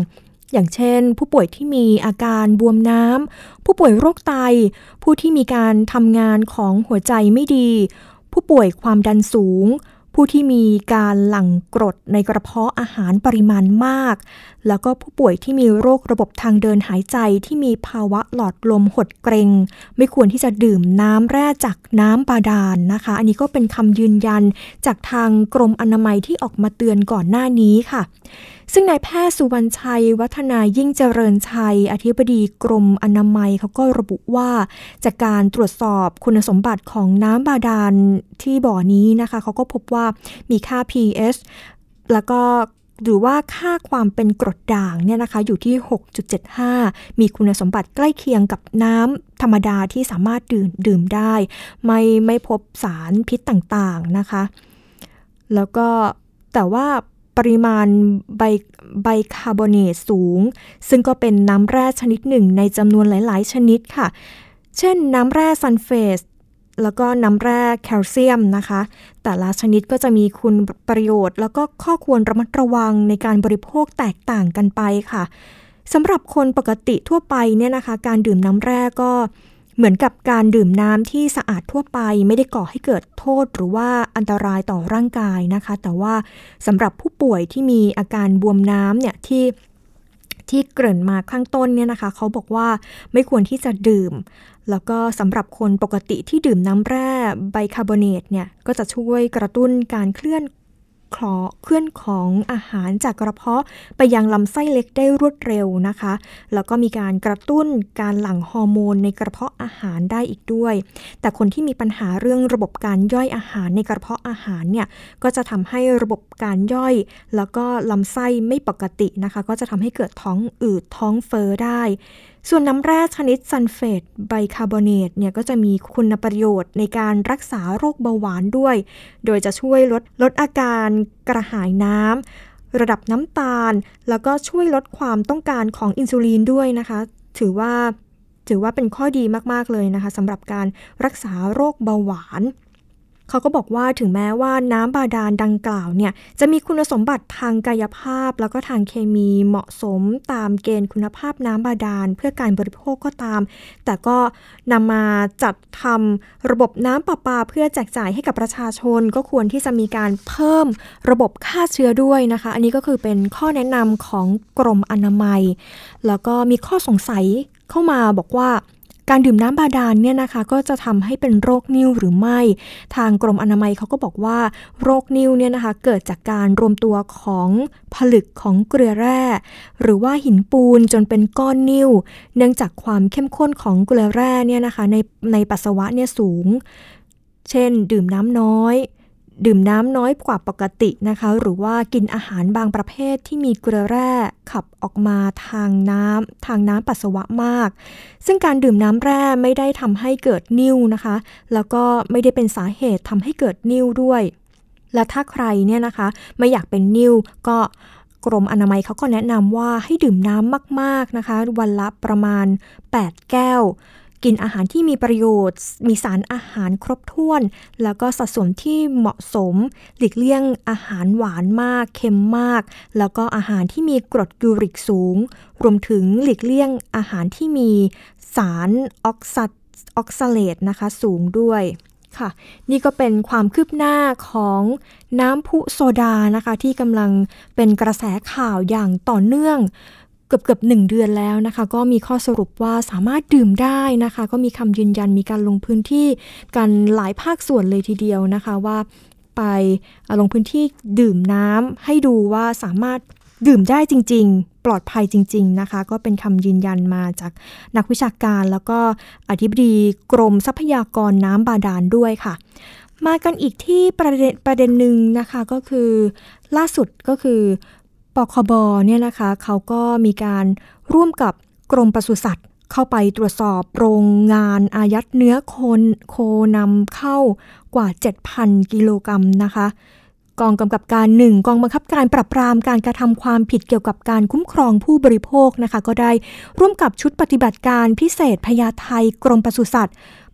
อย่างเช่นผู้ป่วยที่มีอาการบวมน้ำผู้ป่วยโรคไตผู้ที่มีการทำงานของหัวใจไม่ดีผู้ป่วยความดันสูงผู้ที่มีการหลั่งกรดในกระเพาะอาหารปริมาณมากแล้วก็ผู้ป่วยที่มีโรคระบบทางเดินหายใจที่มีภาวะหลอดลมหดเกร็งไม่ควรที่จะดื่มน้ำแร่จากน้ำบาดาลนะคะอันนี้ก็เป็นคำยืนยันจากทางกรมอนามัยที่ออกมาเตือนก่อนหน้านี้ค่ะซึ่งนายแพทย์สุวรรณชัยวัฒนายิ่งเจริญชัยอธิบดีกรมอนามัยเขาก็ระบุว่าจากการตรวจสอบคุณสมบัติของน้ำบาดาลที่บ่อนี้นะคะเขาก็พบว่ามีค่า พี เอช แล้วก็หรือว่าค่าความเป็นกรดด่างเนี่ยนะคะอยู่ที่ หกจุดเจ็ดห้า มีคุณสมบัติใกล้เคียงกับน้ำธรรมดาที่สามารถดื่มดื่มได้ไม่ไม่พบสารพิษต่างๆนะคะแล้วก็แต่ว่าปริมาณไบไบคาร์บอเนตสูงซึ่งก็เป็นน้ำแร่ชนิดหนึ่งในจำนวนหลายๆชนิดค่ะเช่นน้ำแร่ซัลเฟตแล้วก็น้ำแร่แคลเซียมนะคะแต่ละชนิดก็จะมีคุณประโยชน์แล้วก็ข้อควรระมัดระวังในการบริโภคแตกต่างกันไปค่ะสำหรับคนปกติทั่วไปเนี่ยนะคะการดื่มน้ำแร่ก็เหมือนกับการดื่มน้ำที่สะอาดทั่วไปไม่ได้ก่อให้เกิดโทษหรือว่าอันตรายต่อร่างกายนะคะแต่ว่าสำหรับผู้ป่วยที่มีอาการบวมน้ำเนี่ยที่ที่เกริ่นมาข้างต้นเนี่ยนะคะเขาบอกว่าไม่ควรที่จะดื่มแล้วก็สำหรับคนปกติที่ดื่มน้ำแร่ไบคาร์บอเนตเนี่ยก็จะช่วยกระตุ้นการเคลื่อนคลอเคลื่อนของอาหารจากกระเพาะไปยังลำไส้เล็กได้รวดเร็วนะคะแล้วก็มีการกระตุ้นการหลั่งฮอร์โมนในกระเพาะอาหารได้อีกด้วยแต่คนที่มีปัญหาเรื่องระบบการย่อยอาหารในกระเพาะอาหารเนี่ยก็จะทำให้ระบบการย่อยแล้วก็ลำไส้ไม่ปกตินะคะก็จะทำให้เกิดท้องอืดท้องเฟ้อได้ส่วนน้ำแร่ชนิดซัลเฟตไบคาร์บอเนตเนี่ยก็จะมีคุณประโยชน์ในการรักษาโรคเบาหวานด้วยโดยจะช่วยลดลดอาการกระหายน้ำระดับน้ำตาลแล้วก็ช่วยลดความต้องการของอินซูลินด้วยนะคะถือว่าถือว่าเป็นข้อดีมากๆเลยนะคะสำหรับการรักษาโรคเบาหวานเขาก็บอกว่าถึงแม้ว่าน้ำบาดาลดังกล่าวเนี่ยจะมีคุณสมบัติทางกายภาพแล้วก็ทางเคมีเหมาะสมตามเกณฑ์คุณภาพน้ำบาดาลเพื่อการบริโภคก็ตามแต่ก็นำมาจัดทำระบบน้ำประปาเพื่อแจกจ่ายให้กับประชาชนก็ควรที่จะมีการเพิ่มระบบฆ่าเชื้อด้วยนะคะอันนี้ก็คือเป็นข้อแนะนำของกรมอนามัยแล้วก็มีข้อสงสัยเข้ามาบอกว่าการดื่มน้ำบาดาลเนี่ยนะคะก็จะทำให้เป็นโรคนิ่วหรือไม่ทางกรมอนามัยเขาก็บอกว่าโรคนิ่วเนี่ยนะคะเกิดจากการรวมตัวของผลึกของเกลือแร่หรือว่าหินปูนจนเป็นก้อนนิ่วเนื่องจากความเข้มข้นของเกลือแร่เนี่ยนะคะในในปัสสาวะเนี่ยสูงเช่นดื่มน้ำน้อยดื่มน้ำน้อยกว่าปกตินะคะหรือว่ากินอาหารบางประเภทที่มีเกลือแร่ขับออกมาทางน้ำทางน้ำปัสสาวะมากซึ่งการดื่มน้ำแร่ไม่ได้ทำให้เกิดนิ่วนะคะแล้วก็ไม่ได้เป็นสาเหตุทำให้เกิดนิ่วด้วยและถ้าใครเนี่ยนะคะไม่อยากเป็นนิ่วก็กรมอนามัยเขาก็แนะนำว่าให้ดื่มน้ำมากๆนะคะวันละประมาณแปดแก้วกินอาหารที่มีประโยชน์มีสารอาหารครบถ้วนแล้วก็สัดส่วนที่เหมาะสมหลีกเลี่ยงอาหารหวานมากเค็มมากแล้วก็อาหารที่มีกรดยูริกสูงรวมถึงหลีกเลี่ยงอาหารที่มีสารออกซัออกซาเลตนะคะสูงด้วยค่ะนี่ก็เป็นความคืบหน้าของน้ำพุโซดานะคะที่กำลังเป็นกระแสข่าวอย่างต่อเนื่องเกือบเกือบหนึ่งเดือนแล้วนะคะก็มีข้อสรุปว่าสามารถดื่มได้นะคะก็มีคำยืนยันมีการลงพื้นที่กันหลายภาคส่วนเลยทีเดียวนะคะว่าไปลงพื้นที่ดื่มน้ำให้ดูว่าสามารถดื่มได้จริงๆปลอดภัยจริงๆนะคะก็เป็นคำยืนยันมาจากนักวิชาการแล้วก็อธิบดีกรมทรัพยากรน้ำบาดาลด้วยค่ะมากันอีกที่ประเด็นประเด็นหนึ่งนะคะก็คือล่าสุดก็คือปคบเนี่ยนะคะเขาก็มีการร่วมกับกรมปศุสัตว์เข้าไปตรวจสอบโรงงานอายัดเนื้อโคโคนำเข้ากว่า เจ็ดพัน กิโลกรัมนะคะกองกำกับการหนึ่งกองบังคับการปราบปรามการกระทำความผิดเกี่ยวกับการคุ้มครองผู้บริโภคนะคะก็ได้ร่วมกับชุดปฏิบัติการพิเศษพญาไทกรมปศุสัตว์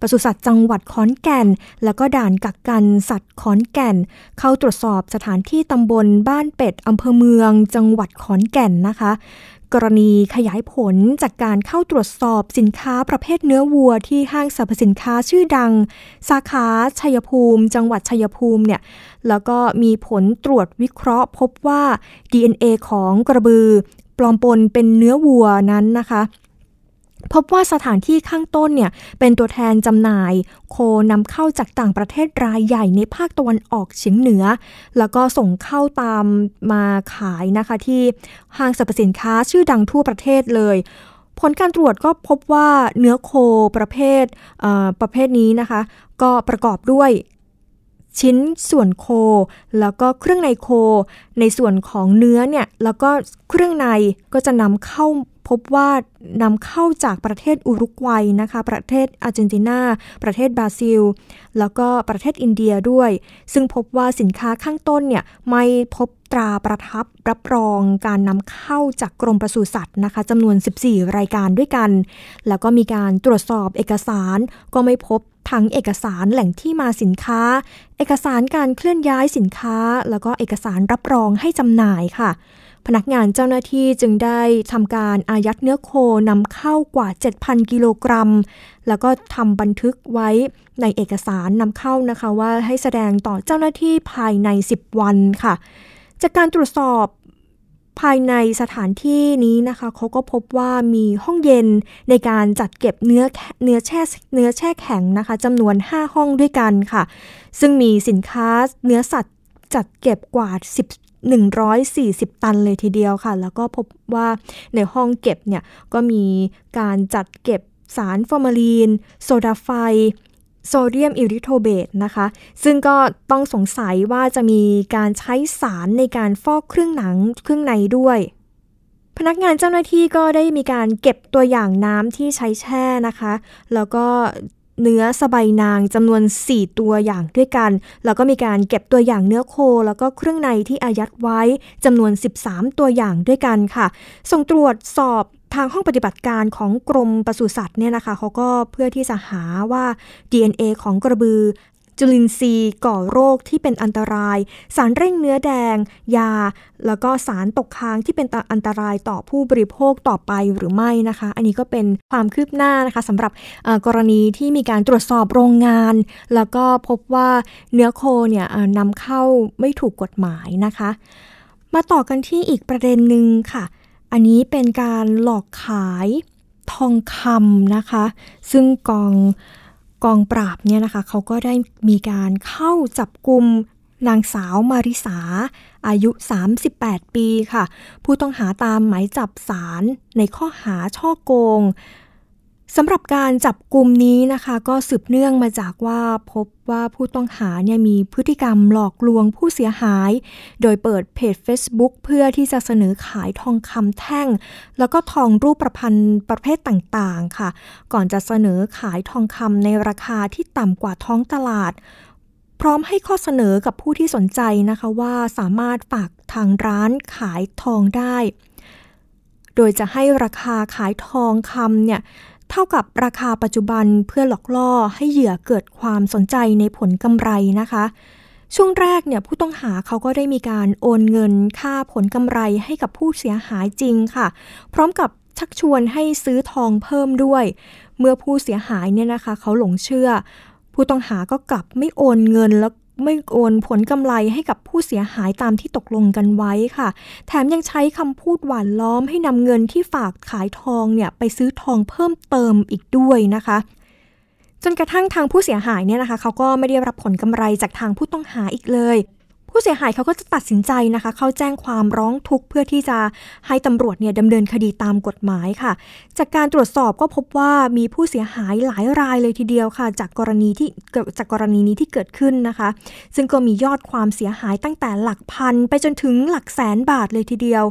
ปศุสัตว์จังหวัดขอนแก่นแล้วก็ด่านกักกันสัตว์ขอนแก่นเข้าตรวจสอบสถานที่ตำบลบ้านเป็ดอำเภอเมืองจังหวัดขอนแก่นนะคะกรณีขยายผลจากการเข้าตรวจสอบสินค้าประเภทเนื้อวัวที่ห้างสรรพสินค้าชื่อดังสาขาชัยภูมิจังหวัดชัยภูมิเนี่ยแล้วก็มีผลตรวจวิเคราะห์พบว่า ดี เอ็น เอ ของกระบือปลอมปนเป็นเนื้อวัวนั้นนะคะพบว่าสถานที่ข้างต้นเนี่ยเป็นตัวแทนจำหน่ายโคนำเข้าจากต่างประเทศรายใหญ่ในภาคตะวันออกเฉียงเหนือแล้วก็ส่งเข้าตามมาขายนะคะที่ห้างสรรพสินค้าชื่อดังทั่วประเทศเลยผลการตรวจก็พบว่าเนื้อโคประเภทเอ่อประเภทนี้นะคะก็ประกอบด้วยชิ้นส่วนโคแล้วก็เครื่องในโคในส่วนของเนื้อเนี่ยแล้วก็เครื่องในก็จะนำเข้าพบว่านำเข้าจากประเทศอุรุกวัยนะคะประเทศอาร์เจนตินาประเทศบราซิลแล้วก็ประเทศอินเดียด้วยซึ่งพบว่าสินค้าข้างต้นเนี่ยไม่พบตราประทับรับรองการนำเข้าจากกรมปศุสัตว์นะคะจำนวนสิบสี่รายการด้วยกันแล้วก็มีการตรวจสอบเอกสารก็ไม่พบทั้งเอกสารแหล่งที่มาสินค้าเอกสารการเคลื่อนย้ายสินค้าแล้วก็เอกสารรับรองให้จำหน่ายค่ะพนักงานเจ้าหน้าที่จึงได้ทำการอายัดเนื้อโคนำเข้ากว่า เจ็ดพัน กิโลกรัมแล้วก็ทำบันทึกไว้ในเอกสารนำเข้านะคะว่าให้แสดงต่อเจ้าหน้าที่ภายในสิบวันค่ะจากการตรวจสอบภายในสถานที่นี้นะคะเขาก็พบว่ามีห้องเย็นในการจัดเก็บเนื้อเนื้อแช่เนื้อแช่แข็งนะคะจำนวนห้าห้องด้วยกันค่ะซึ่งมีสินค้าเนื้อสัตว์จัดเก็บกว่าสิบหนึ่งร้อยสี่สิบตันเลยทีเดียวค่ะแล้วก็พบว่าในห้องเก็บเนี่ยก็มีการจัดเก็บสารฟอร์มาลีนโซดาไฟโซเดียมอิริโทเบตนะคะซึ่งก็ต้องสงสัยว่าจะมีการใช้สารในการฟอกเครื่องหนังเครื่องในด้วยพนักงานเจ้าหน้าที่ก็ได้มีการเก็บตัวอย่างน้ำที่ใช้แช่นะคะแล้วก็เนื้อสบายนางจำนวนสี่ตัวอย่างด้วยกันแล้วก็มีการเก็บตัวอย่างเนื้อโคแล้วก็เครื่องในที่อายัดไว้จำนวนสิบสามตัวอย่างด้วยกันค่ะส่งตรวจสอบทางห้องปฏิบัติการของกรมปศุสัตว์เนี่ยนะคะเขาก็เพื่อที่จะหาว่า ดี เอ็น เอ ของกระบือจุลินทรีย์ก่อโรคที่เป็นอันตรายสารเร่งเนื้อแดงยาแล้วก็สารตกค้างที่เป็นอันตรายต่อผู้บริโภคต่อไปหรือไม่นะคะอันนี้ก็เป็นความคืบหน้านะคะสำหรับกรณีที่มีการตรวจสอบโรงงานแล้วก็พบว่าเนื้อโคเนี่ยนำเข้าไม่ถูกกฎหมายนะคะมาต่อกันที่อีกประเด็นหนึ่งค่ะอันนี้เป็นการหลอกขายทองคำนะคะซึ่งกองกองปราบเนี่ยนะคะเขาก็ได้มีการเข้าจับกุมนางสาวมาริสาอายุสามสิบแปดปีค่ะผู้ต้องหาตามหมายจับศาลในข้อหาฉ้อโกงสำหรับการจับกุมนี้นะคะก็สืบเนื่องมาจากว่าพบว่าผู้ต้องหาเนี่ยมีพฤติกรรมหลอกลวงผู้เสียหายโดยเปิดเพจ Facebook เพื่อที่จะเสนอขายทองคำแท่งแล้วก็ทองรูปประพันธ์ประเภทต่างๆค่ะก่อนจะเสนอขายทองคำในราคาที่ต่ำกว่าท้องตลาดพร้อมให้ข้อเสนอกับผู้ที่สนใจนะคะว่าสามารถฝากทางร้านขายทองได้โดยจะให้ราคาขายทองคำเนี่ยเท่ากับราคาปัจจุบันเพื่อหลอกล่อให้เหยื่อเกิดความสนใจในผลกำไรนะคะช่วงแรกเนี่ยผู้ต้องหาเขาก็ได้มีการโอนเงินค่าผลกำไรให้กับผู้เสียหายจริงค่ะพร้อมกับชักชวนให้ซื้อทองเพิ่มด้วยเมื่อผู้เสียหายเนี่ยนะคะเขาหลงเชื่อผู้ต้องหาก็กลับไม่โอนเงินแล้วไม่โอนผลกำไรให้กับผู้เสียหายตามที่ตกลงกันไว้ค่ะแถมยังใช้คำพูดหวานล้อมให้นำเงินที่ฝากขายทองเนี่ยไปซื้อทองเพิ่มเติมอีกด้วยนะคะจนกระทั่งทางผู้เสียหายเนี่ยนะคะเขาก็ไม่ได้รับผลกำไรจากทางผู้ต้องหาอีกเลยผู้เสียหายเขาก็จะตัดสินใจนะคะเข้าแจ้งความร้องทุกข์เพื่อที่จะให้ตำรวจเนี่ยดำเนินคดีตามกฎหมายค่ะจากการตรวจสอบก็พบว่ามีผู้เสียหายหลายรายเลยทีเดียวค่ะจากกรณีที่จากกรณีนี้ที่เกิดขึ้นนะคะซึ่งก็มียอดความเสียหายตั้งแต่หลักพันไปจนถึงหลักแสนบาทเลยทีเดียว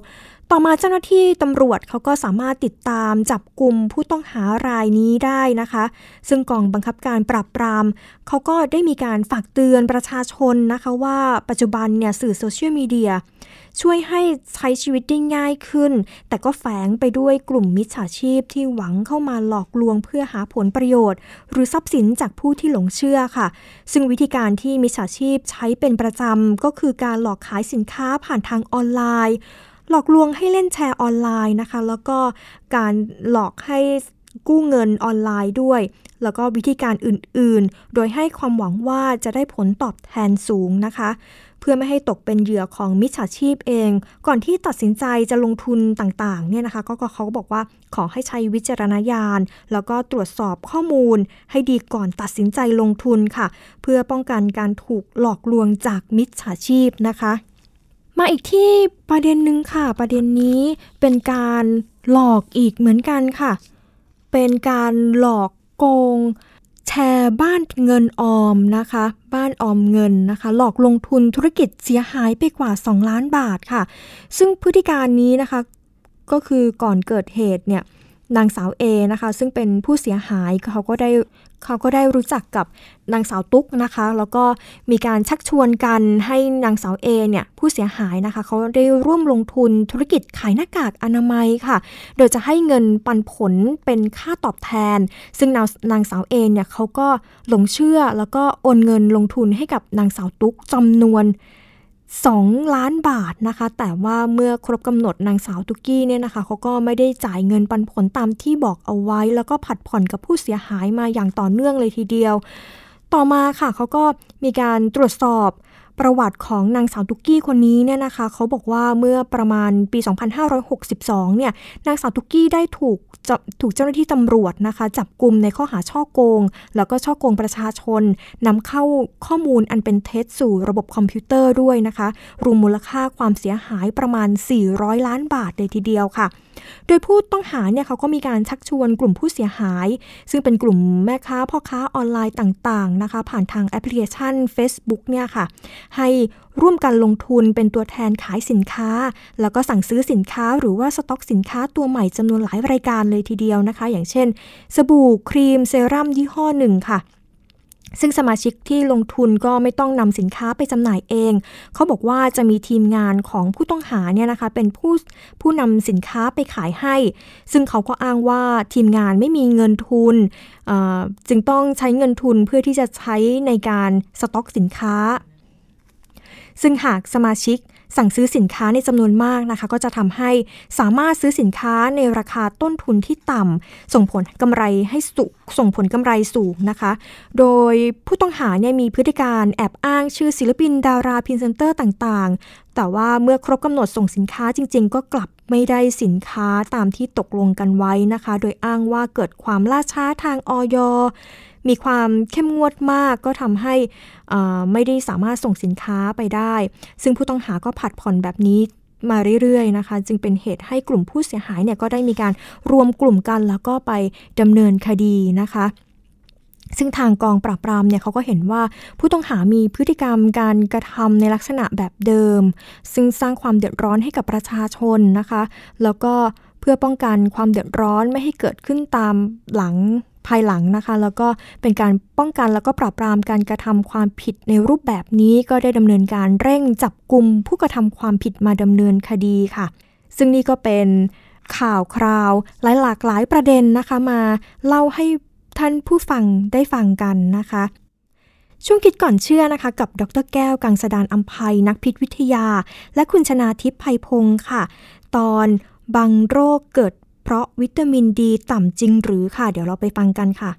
ต่อมาเจ้าหน้าที่ตำรวจเขาก็สามารถติดตามจับกลุ่มผู้ต้องหารายนี้ได้นะคะซึ่งกองบังคับการปราบปรามเขาก็ได้มีการฝากเตือนประชาชนนะคะว่าปัจจุบันเนี่ยสื่อโซเชียลมีเดียช่วยให้ใช้ชีวิตได้ง่ายขึ้นแต่ก็แฝงไปด้วยกลุ่มมิจฉาชีพที่หวังเข้ามาหลอกลวงเพื่อหาผลประโยชน์หรือทรัพย์สินจากผู้ที่หลงเชื่อค่ะซึ่งวิธีการที่มิจฉาชีพใช้เป็นประจำก็คือการหลอกขายสินค้าผ่านทางออนไลน์หลอกลวงให้เล่นแชร์ออนไลน์นะคะแล้วก็การหลอกให้กู้เงินออนไลน์ด้วยแล้วก็วิธีการอื่นๆโดยให้ความหวังว่าจะได้ผลตอบแทนสูงนะคะเพื่อไม่ให้ตกเป็นเหยื่อของมิจฉาชีพเองก่อนที่ตัดสินใจจะลงทุนต่างๆเนี่ยนะคะก็เขาบอกว่าขอให้ใช้วิจารณญาณแล้วก็ตรวจสอบข้อมูลให้ดีก่อนตัดสินใจลงทุนค่ะเพื่อป้องกันการถูกหลอกลวงจากมิจฉาชีพนะคะมาอีกที่ประเด็นหนึ่งค่ะประเด็นนี้เป็นการหลอกอีกเหมือนกันค่ะเป็นการหลอกโกงแชร์บ้านเงินออมนะคะบ้านออมเงินนะคะหลอกลงทุนธุรกิจเสียหายไปกว่าสองล้านบาทค่ะซึ่งพฤติการนี้นะคะก็คือก่อนเกิดเหตุเนี่ยนางสาวเอนะคะซึ่งเป็นผู้เสียหายเขาก็ได้เขาก็ได้รู้จักกับนางสาวตุ๊กนะคะแล้วก็มีการชักชวนกันให้นางสาวเอเนี่ยผู้เสียหายนะคะเขาได้ร่วมลงทุนธุรกิจขายหน้ากากอนามัยค่ะโดยจะให้เงินปันผลเป็นค่าตอบแทนซึ่งนางนางสาวเอเนี่ยเขาก็หลงเชื่อแล้วก็โอนเงินลงทุนให้กับนางสาวตุ๊กจำนวนสองล้านบาทนะคะแต่ว่าเมื่อครบกำหนดนางสาวตุ๊กกี้เนี่ยนะคะเขาก็ไม่ได้จ่ายเงินปันผลตามที่บอกเอาไว้แล้วก็ผัดผ่อนกับผู้เสียหายมาอย่างต่อเนื่องเลยทีเดียวต่อมาค่ะเขาก็มีการตรวจสอบประวัติของนางสาวตุ๊กกี้คนนี้เนี่ยนะคะเขาบอกว่าเมื่อประมาณปีสองพันห้าร้อยหกสิบสองเนี่ยนางสาวตุ๊กกี้ได้ถูกถูกเจ้าหน้าที่ตำรวจนะคะจับกุมในข้อหาฉ้อโกงแล้วก็ฉ้อโกงประชาชนนำเข้าข้อมูลอันเป็นเท็จสู่ระบบคอมพิวเตอร์ด้วยนะคะรวมมูลค่าความเสียหายประมาณสี่ร้อยล้านบาทเลยทีเดียวค่ะโดยผู้ต้องหาเนี่ยเขาก็มีการชักชวนกลุ่มผู้เสียหายซึ่งเป็นกลุ่มแม่ค้าพ่อค้าออนไลน์ต่างๆนะคะผ่านทางแอปพลิเคชัน Facebook เนี่ยค่ะให้ร่วมกันลงทุนเป็นตัวแทนขายสินค้าแล้วก็สั่งซื้อสินค้าหรือว่าสต็อกสินค้าตัวใหม่จำนวนหลายรายการเลยทีเดียวนะคะอย่างเช่นสบู่ครีมเซรั่มยี่ห้อหนึ่งค่ะซึ่งสมาชิกที่ลงทุนก็ไม่ต้องนำสินค้าไปจำหน่ายเองเขาบอกว่าจะมีทีมงานของผู้ต้องหาเนี่ยนะคะเป็นผู้ผู้นำสินค้าไปขายให้ซึ่งเขาก็อ้างว่าทีมงานไม่มีเงินทุนจึงต้องใช้เงินทุนเพื่อที่จะใช้ในการสต็อกสินค้าซึ่งหากสมาชิกสั่งซื้อสินค้าในจำนวนมากนะคะก็จะทำให้สามารถซื้อสินค้าในราคาต้นทุนที่ต่ำส่งผลกำไรให้สูงส่งผลกำไรสูงนะคะโดยผู้ต้องหาเนี่ยมีพฤติการแอบอ้างชื่อศิลปินดาราพรีเซนเตอร์ต่างๆแต่ว่าเมื่อครบกำหนดส่งสินค้าจริงๆก็กลับไม่ได้สินค้าตามที่ตกลงกันไว้นะคะโดยอ้างว่าเกิดความล่าช้าทางอย.มีความเข้มงวดมากก็ทำให้ไม่ได้สามารถส่งสินค้าไปได้ซึ่งผู้ต้องหาก็ผัดผ่อนแบบนี้มาเรื่อยๆนะคะจึงเป็นเหตุให้กลุ่มผู้เสียหายเนี่ยก็ได้มีการรวมกลุ่มกันแล้วก็ไปดำเนินคดีนะคะซึ่งทางกองปราบปรามเนี่ยเขาก็เห็นว่าผู้ต้องหามีพฤติกรรมการกระทำในลักษณะแบบเดิมซึ่งสร้างความเดือดร้อนให้กับประชาชนนะคะแล้วก็เพื่อป้องกันความเดือดร้อนไม่ให้เกิดขึ้นตามหลังภายหลังนะคะแล้วก็เป็นการป้องกันแล้วก็ปราบปรามการกระทำความผิดในรูปแบบนี้ก็ได้ดำเนินการเร่งจับกุมผู้กระทำความผิดมาดำเนินคดีค่ะซึ่งนี่ก็เป็นข่าวคราวหลายหลากหลายประเด็นนะคะมาเล่าให้ท่านผู้ฟังได้ฟังกันนะคะช่วงคิดก่อนเชื่อนะคะกับดร.แก้วกังสดาลอำไพนักพิษวิทยาและคุณชนาทิพย์ไพพงศ์ค่ะตอนบางโรคเกิดเพราะวิตามินดีต่ำจริงหรือค่ะเดี๋ยวเราไปฟังกันค่ะ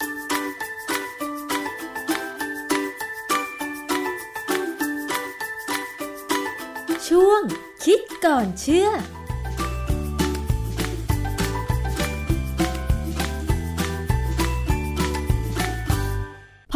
ช่วงคิดก่อนเชื่อพอ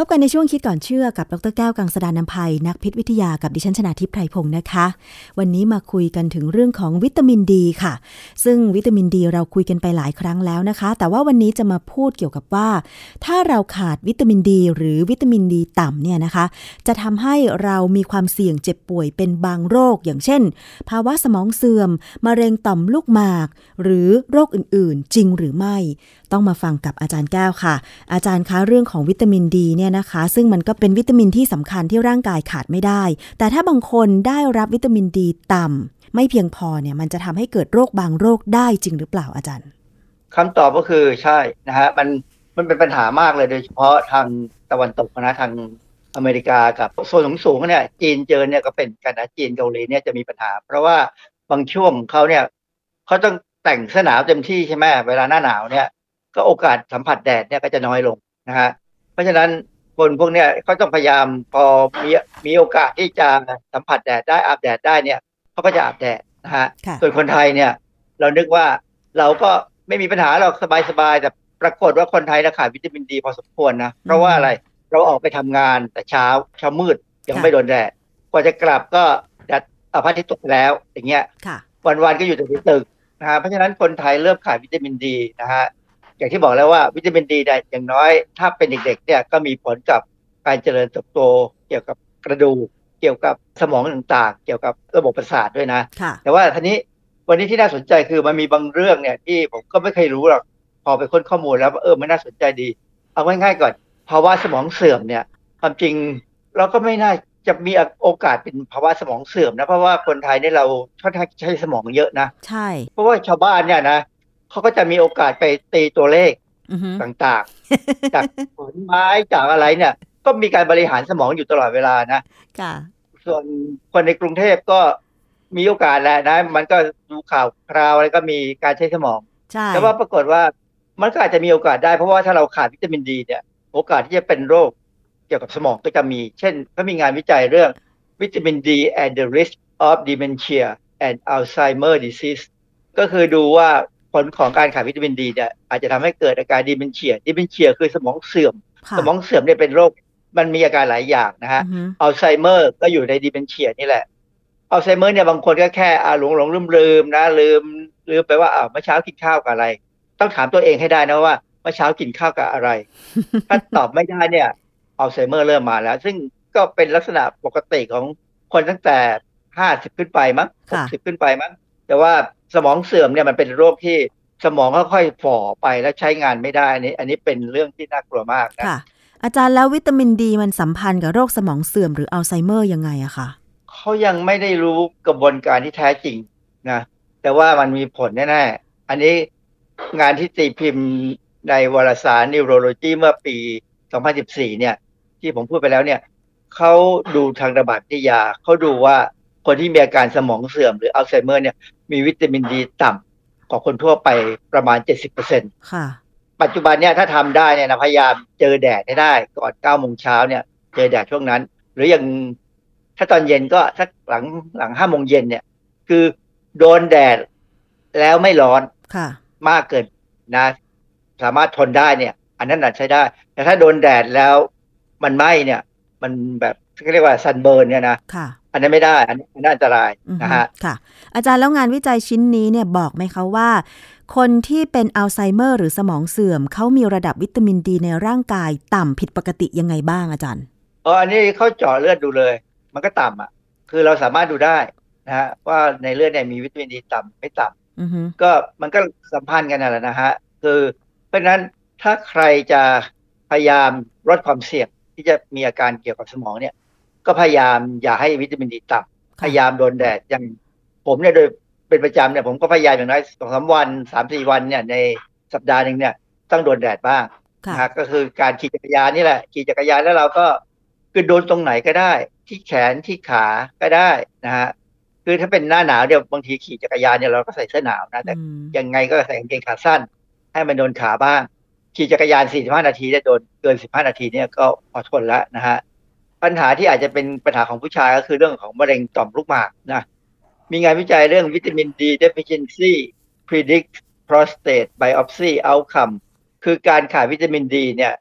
บกันในช่วงคิดก่อนเชื่อกับดรแก้วกังสดาลอำไพนักพิษวิทยากับดิฉันชนาทิพย์ไพรพงศ์นะคะวันนี้มาคุยกันถึงเรื่องของวิตามินดีค่ะซึ่งวิตามินดีเราคุยกันไปหลายครั้งแล้วนะคะแต่ว่าวันนี้จะมาพูดเกี่ยวกับว่าถ้าเราขาดวิตามินดีหรือวิตามินดีต่ำเนี่ยนะคะจะทำให้เรามีความเสี่ยงเจ็บป่วยเป็นบางโรคอย่างเช่นภาวะสมองเสื่อมมะเร็งต่อมลูกหมากหรือโรคอื่นๆจริงหรือไม่ต้องมาฟังกับอาจารย์แก้วค่ะอาจารย์คะเรื่องของวิตามินดีเนี่ยนะคะซึ่งมันก็เป็นวิตามินที่สำคัญที่ร่างกายขาดไม่ได้แต่ถ้าบางคนได้รับวิตามินดีต่ำไม่เพียงพอเนี่ยมันจะทำให้เกิดโรคบางโรคได้จริงหรือเปล่าอาจารย์คำตอบก็คือใช่นะฮะมันมันเป็นปัญหามากเลยโดยเฉพาะทางตะวันตกนะทางอเมริกากับโซนสูงๆเนี่ยจีนเจอเนี่ยก็เป็นกันนะจีนเกาหลีเนี่ยจะมีปัญหาเพราะว่าบางช่วงเขาเนี่ยเขาต้องแต่งเสื้อหนาวเต็มที่ใช่ไหมเวลาหน้าหนาวเนี่ยก็โอกาสสัมผัสแดดเนี่ยก็จะน้อยลงนะฮะเพราะฉะนั้นคนพวกเนี้ยเขาต้องพยายามพอมีมีโอกาสที่จะสัมผัสแดดได้อาบแดดได้เนี่ยเขาก็จะอาบแดดนะฮะส่วนคนไทยเนี่ยเรานึกว่าเราก็ไม่มีปัญหาเราสบายๆแต่ปรากฏว่าคนไทยขาดวิตามินดีพอสมควรนะเพราะว่าอะไรเราออกไปทำงานแต่เช้าเช้ามืดยังไม่โดนแดดกว่าจะกลับก็แดดพระอาทิตย์ตกแล้วอย่างเงี้ยวันๆก็อยู่แต่ในตึกนะฮะเพราะฉะนั้นคนไทยเริ่มขาดวิตามินดีนะฮะอย่างที่บอกแล้วว่าวิตามินดีเนี่ยอย่างน้อยถ้าเป็นเด็กๆเนี่ยก็มีผลกับการเจริญเติบโตเกี่ยวกับกระดูกเกี่ยวกับสมองต่างๆเกี่ยวกับระบบประสาทด้วยนะแต่ว่าทีนี้วันนี้ที่น่าสนใจคือมันมีบางเรื่องเนี่ยที่ผมก็ไม่เคยรู้หรอกพอไปค้นข้อมูลแล้วเออมันน่าสนใจดีเอาง่ายๆก่อนภาวะสมองเสื่อมเนี่ยความจริงเราก็ไม่น่าจะมีโอกาสเป็นภาวะสมองเสื่อมนะเพราะว่าคนไทยเนี่ยเราค่อนข้างใช้สมองเยอะนะใช่เพราะว่าชาวบ้านเนี่ยนะเขาก็จะมีโอกาสไปตีตัวเลขต่างๆจากผลไม้จากอะไรเนี่ยก็มีการบริหารสมองอยู่ตลอดเวลานะส่วนคนในกรุงเทพก็มีโอกาสแหละนะมันก็ดูข่าวคราวอะไรก็มีการใช้สมองแต่ว่าปรากฏว่ามันก็อาจจะมีโอกาสได้เพราะว่าถ้าเราขาดวิตามินดีเนี่ยโอกาสที่จะเป็นโรคเกี่ยวกับสมองก็จะมีเช่นก็มีงานวิจัยเรื่องวิตามิน D and the risk of dementia and Alzheimer disease ก็คือดูว่าผลของการขาดวิตามินดีเนี่ยอาจจะทำให้เกิดอาการ dementia dementia คือสมองเสื่อมสมองเสื่อมเนี่ยเป็นโรคมันมีอาการหลายอย่างนะฮะ Alzheimer ก็อยู่ใน dementia นี่แหละ Alzheimer เนี่ยบางคนก็แค่อ่าหลงหลงลืมลืมนะลืมลืมไปว่าอ่าเมื่อเช้ากินข้าวกับอะไรต้องถามตัวเองให้ได้นะว่าเมื่อเช้ากินข้าวกับอะไร ถ้าตอบไม่ได้เนี่ยอัลไซเมอร์เริ่มมาแล้วซึ่งก็เป็นลักษณะปกติของคนตั้งแต่ห้าสิบขึ้นไปมั้งหกสิบขึ้นไปมั้งแต่ว่าสมองเสื่อมเนี่ยมันเป็นโรคที่สมองค่อยๆฝ่อไปแล้วใช้งานไม่ได้อันนี้อันนี้เป็นเรื่องที่น่ากลัวมากนะอาจารย์แล้ววิตามินดีมันสัมพันธ์กับโรคสมองเสื่อมหรืออัลไซเมอร์ยังไงอะคะเขายังไม่ได้รู้กระบวนการที่แท้จริงนะแต่ว่ามันมีผลแน่ๆอันนี้งานที่ตีพิมพ์ในวารสาร Neurology เมื่อปีสองพันสิบสี่เนี่ยที่ผมพูดไปแล้วเนี่ยเขาดูทางระบาดวิทยาเขาดูว่าคนที่มีอาการสมองเสื่อมหรืออัลไซเมอร์เนี่ยมีวิตามินดีต่ำกว่าคนทั่วไปประมาณ เจ็ดสิบเปอร์เซ็นต์ค่ะปัจจุบันเนี่ยถ้าทำได้เนี่ยนะพยายามเจอแดดให้ได้ก่อน เก้าโมงเช้าเนี่ยเจอแดดช่วงนั้นหรืออย่างถ้าตอนเย็นก็สักหลังหลัง ห้าโมงเย็นเนี่ยคือโดนแดดแล้วไม่ร้อนค่ะมากเกินนะสามารถทนได้เนี่ยอันนั้นน่ะใช้ได้แต่ถ้าโดนแดดแล้วมันไหม้เนี่ยมันแบบเขาเรียกว่าซันเบิร์นเนี่ยนะอันนั้นไม่ได้อันนี้อันตรายนะฮะค่ะอาจารย์แล้วงานวิจัยชิ้นนี้เนี่ยบอกไหมคะว่าคนที่เป็นอัลไซเมอร์หรือสมองเสื่อมเขามีระดับวิตามินดีในร่างกายต่ำผิดปกติยังไงบ้างอาจารย์อ๋ออันนี้เขาเจาะเลือดดูเลยมันก็ต่ำอ่ะคือเราสามารถดูได้นะฮะว่าในเลือดเนี่ยมีวิตามินดีต่ำไม่ต่ำก็มันก็สัมพันธ์กันนั่นแหละนะฮะคือเพราะฉะนั้นถ้าใครจะพยายามลดความเสี่ยงที่จะมีอาการเกี่ยวกับสมองเนี่ยก็พยายามอย่าให้วิตามินดีต่ำพยายามโดนแดดอย่างผมเนี่ยโดยเป็นประจำเนี่ยผมก็พยายามอย่างน้อยสองสามวันสามสี่วันเนี่ยในสัปดาห์นึงเนี่ยต้องโดนแดดบ้างนะฮะก็คือการขี่จักรยานนี่แหละขี่จักรยานแล้วเราก็คือโดนตรงไหนก็ได้ที่แขนที่ขาก็ได้นะฮะคือถ้าเป็นหน้าหนาวเดี๋ยวบางทีขี่จักรยานเนี่ยเราก็ใส่เสื้อหนาวนะแต่ยังไงก็ใส่กางเกงขาสั้นให้มันโดนขาบ้างขี่จักรยานสี่สิบห้านาทีได้โดนเกินสิบห้านาทีเนี่ยก็พอทนแล้วนะฮะปัญหาที่อาจจะเป็นปัญหาของผู้ชายก็คือเรื่องของมะเร็งต่อมลูกหมากนะมีงานวิจัยเรื่องวิตามิน D deficiency predict prostate biopsy outcome คือการขาดวิตามินดีเนี่ย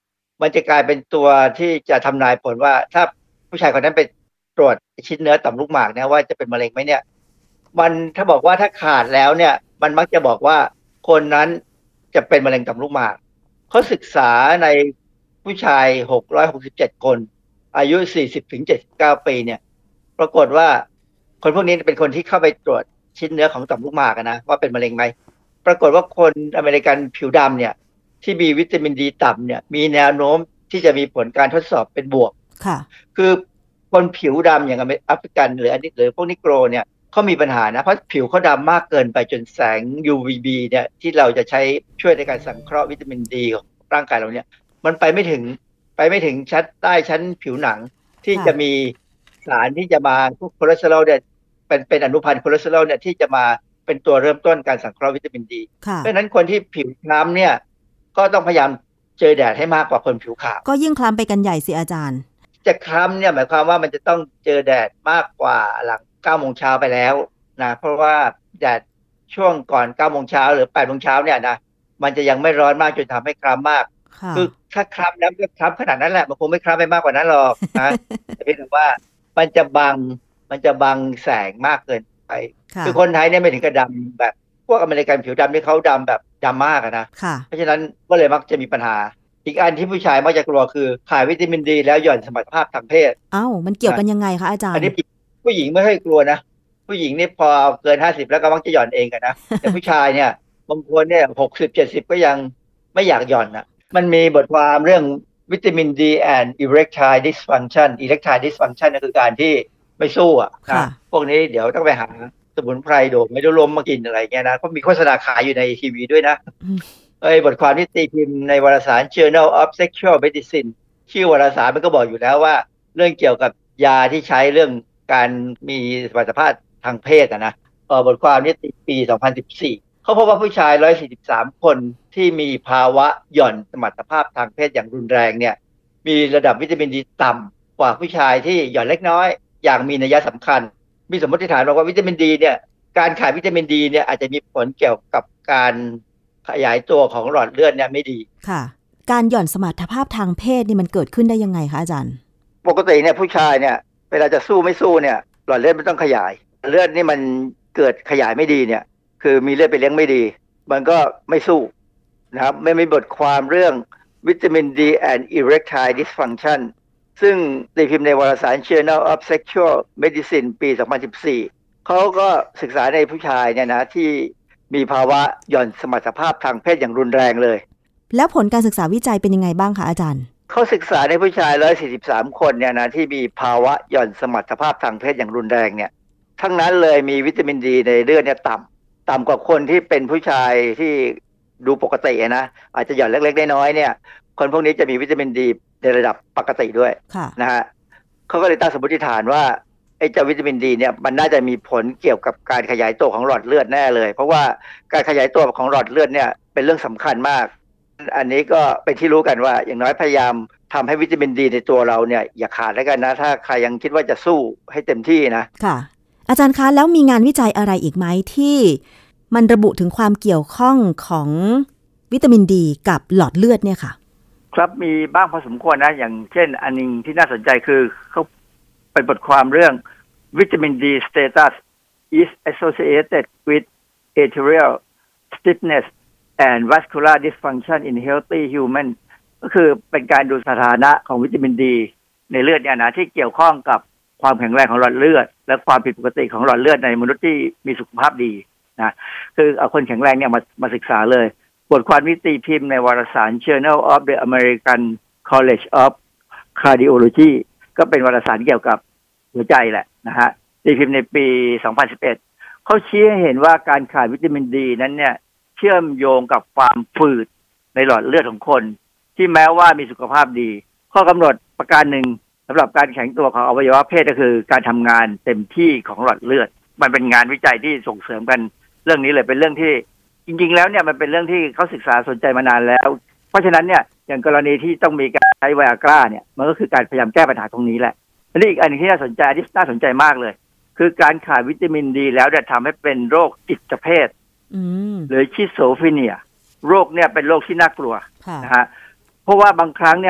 มันจะกลายเป็นตัวที่จะทำนายผลว่าถ้าผู้ชายคนนั้นไปตรวจชิ้นเนื้อต่อมลูกหมากเนี่ยว่าจะเป็นมะเร็งไหมเนี่ยมันถ้าบอกว่าถ้าขาดแล้วเนี่ยมันมักจะบอกว่าคนนั้นจะเป็นมะเร็งต่อมลูกหมากเขาศึกษาในผู้ชายหกร้อยหกสิบเจ็ดคนอายุ สี่สิบถึงเจ็ดสิบเก้า ปีเนี่ยปรากฏว่าคนพวกนี้เป็นคนที่เข้าไปตรวจชิ้นเนื้อของต่อมลูกหมากนะว่าเป็นมะเร็งไหมปรากฏว่าคนอเมริกันผิวดำเนี่ยที่มีวิตามินดีต่ำเนี่ยมีแนวโน้มที่จะมีผลการทดสอบเป็นบวกค่ะคือคนผิวดำอย่างแอฟริกันหรืออันนี้หรือพวกนิโกรเนี่ยเขามีปัญหานะเพราะผิวเขาดำมากเกินไปจนแสง ยู วี บี เนี่ยที่เราจะใช้ช่วยในการสังเคราะห์วิตามินดีของร่างกายเราเนี่ยมันไปไม่ถึงไปไม่ถึงชั้นใต้ชั้นผิวหนังที่จะมีสารที่จะมาพวกคอเลสเตอรอลเนี่ยเป็นเป็นอนุพันธ์คอเลสเตอรอลเนี่ยที่จะมาเป็นตัวเริ่มต้นการสังเคราะห์วิตามินดีเพราะฉะนั้นคนที่ผิวคล้ำเนี่ยก็ต้องพยายามเจอแดดให้มากกว่าคนผิวขาวก็ยิ่งคล้ำไปกันใหญ่สิอาจารย์จะคล้ำเนี่ยหมายความว่ามันจะต้องเจอแดดมากกว่าหลังเก้าโมงเช้าไปแล้วนะเพราะว่าแดดช่วงก่อนเก้าโมงเช้าหรือแปดโมงเช้าเนี่ยนะมันจะยังไม่ร้อนมากจนทำให้คล้ำมากคือถ้าคล้ำแล้วก็คล้ำขนาดนั้นแหละมันคงไม่คล้ำไปมากกว่านั้นหรอกนะแต่เพียงแต่ว่ามันจะบังมันจะบังแสงมากเกินไปคือคนไทยเนี่ยไม่ถึงกับดำแบบพวกอเมริกันผิวดำที่เขาดำแบบดำมากนะเพราะฉะนั้นก็เลยมักจะมีปัญหาอีกอันที่ผู้ชายมักจะกลัวคือขาดวิตามินดีแล้วหย่อนสมรรถภาพทางเพศเอ้ามันเกี่ยวกันยังไงคะอาจารย์อันนี้ผู้หญิงไม่ค่อยกลัวนะผู้หญิงนี่พอเกินห้าสิบแล้วก็มักจะหย่อนเองกันนะแต่ผู้ชายเนี่ยบางคนเนี่ยหกสิบ เจ็ดสิบก็ยังไม่อยากหย่อนนะมันมีบทความเรื่องวิตามิน D and erectile dysfunction erectile dysfunction นั่นคือการที่ไม่สู้อ่ะนะพวกนี้เดี๋ยวต้องไปหาสมุนไพรโดดไม่ได้ลมมากินอะไรเงี้ยนะก็มีโฆษณาขายอยู่ในทีวีด้วยนะไอ้บทความที่ตีพิมพ์ในวารสาร Journal of Sexual Medicine ชื่อวารสารมันก็บอกอยู่แล้วว่าเรื่องเกี่ยวกับยาที่ใช้เรื่องการมีสมรรถภาพทางเพศอ่ะนะเอ่อบทความนี้ตีปีสองพันสิบสี่เขาพบว่าผู้ชายหนึ่งร้อยสี่สิบสามคนที่มีภาวะหย่อนสมรรถภาพทางเพศอย่างรุนแรงเนี่ยมีระดับวิตามินดีต่ำกว่าผู้ชายที่หย่อนเล็กน้อยอย่างมีนัยสำคัญมีสมมติฐานว่าวิตามินดีเนี่ยการขาดวิตามินดีเนี่ยอาจจะมีผลเกี่ยวกับการขยายตัวของหลอดเลือดเนี่ยไม่ดีค่ะการหย่อนสมรรถภาพทางเพศนี่มันเกิดขึ้นได้ยังไงคะอาจารย์ปกติเนี่ยผู้ชายเนี่ยเวลาจะสู้ไม่สู้เนี่ยหลอดเลือดมันต้องขยายเลือดนี่มันเกิดขยายไม่ดีเนี่ยคือมีเลือดไปเลี้ยงไม่ดีมันก็ไม่สู้นะครับไม่มีบทความเรื่องวิตามิน D and erectile dysfunction ซึ่งตีพิมพ์ในวารสาร Journal of Sexual Medicine ปีสองพันสิบสี่เขาก็ศึกษาในผู้ชายเนี่ยนะที่มีภาวะหย่อนสมรรถภาพทางเพศอย่างรุนแรงเลยแล้วผลการศึกษาวิจัยเป็นยังไงบ้างคะอาจารย์เขาศึกษาในผู้ชายหนึ่งร้อยสี่สิบสามคนเนี่ยนะที่มีภาวะหย่อนสมรรถภาพทางเพศอย่างรุนแรงเนี่ยทั้งนั้นเลยมีวิตามินดีในเลือดเนี่ยต่ำต่ำกว่าคนที่เป็นผู้ชายที่ดูปกตินะอาจจะหย่อนเล็กๆน้อยๆเนี่ยคนพวกนี้จะมีวิตามินดีในระดับปกติด้วยนะฮะเขาก็เลยตั้งสมมติฐานว่าไอ้เจ้าวิตามินดีเนี่ยมันน่าจะมีผลเกี่ยวกับการขยายตัวของหลอดเลือดแน่เลยเพราะว่าการขยายตัวของหลอดเลือดเนี่ยเป็นเรื่องสำคัญมากอันนี้ก็เป็นที่รู้กันว่าอย่างน้อยพยายามทำให้วิตามินดีในตัวเราเนี่ยอย่าขาดแล้วกันนะถ้าใครยังคิดว่าจะสู้ให้เต็มที่นะค่ะอาจารย์คะแล้วมีงานวิจัยอะไรอีกไหมที่มันระบุถึงความเกี่ยวข้องของวิตามินดีกับหลอดเลือดเนี่ยค่ะครับมีบ้างพอสมควรนะอย่างเช่นอันนึงที่น่าสนใจคือเขาเป็นบทความเรื่องวิตามิน D status is associated with atrial stiffness and vascular dysfunction in healthy human ก็คือเป็นการดูสถานะของวิตามินดีในเลือดเนี่ยนะที่เกี่ยวข้องกับความแข็งแรงของหลอดเลือดและความผิดปกติของหลอดเลือดในมนุษย์ที่มีสุขภาพดีนะคือเอาคนแข็งแรงเนี่ยมามาศึกษาเลยบทความวิจัยพิมพ์ในวารสาร Journal of the American College of Cardiology ก็เป็นวารสารเกี่ยวกับหัวใจแหละนะฮะตีพิมพ์ในปีสองพันสิบเอ็ดเขาชี้ให้เห็นว่าการขาดวิตามินดีนั้นเนี่ยเชื่อมโยงกับความฝืดในหลอดเลือดของคนที่แม้ว่ามีสุขภาพดีข้อกำหนดประการหนึ่งสำหรับการแข็งตัวของอวัยวะเพศก็คือการทำงานเต็มที่ของหลอดเลือดมันเป็นงานวิจัยที่ส่งเสริมกันเรื่องนี้เลยเป็นเรื่องที่จริงๆแล้วเนี่ยมันเป็นเรื่องที่เขาศึกษาสนใจมานานแล้วเพราะฉะนั้นเนี่ยอย่างกรณีที่ต้องมีการใช้ไวอากร้าเนี่ยมันก็คือการพยายามแก้ปัญหาตรงนี้แหละอันนี้อีกอันนึงที่น่าสนใจที่น่าสนใจมากเลยคือการขาดวิตามินดีแล้วเนี่ยทำให้เป็นโรคจิตเภทหรือชิโซฟีเนียโรคเนี่ยเป็นโรคที่น่ากลัวนะฮะเพราะว่าบางครั้งเนี่ย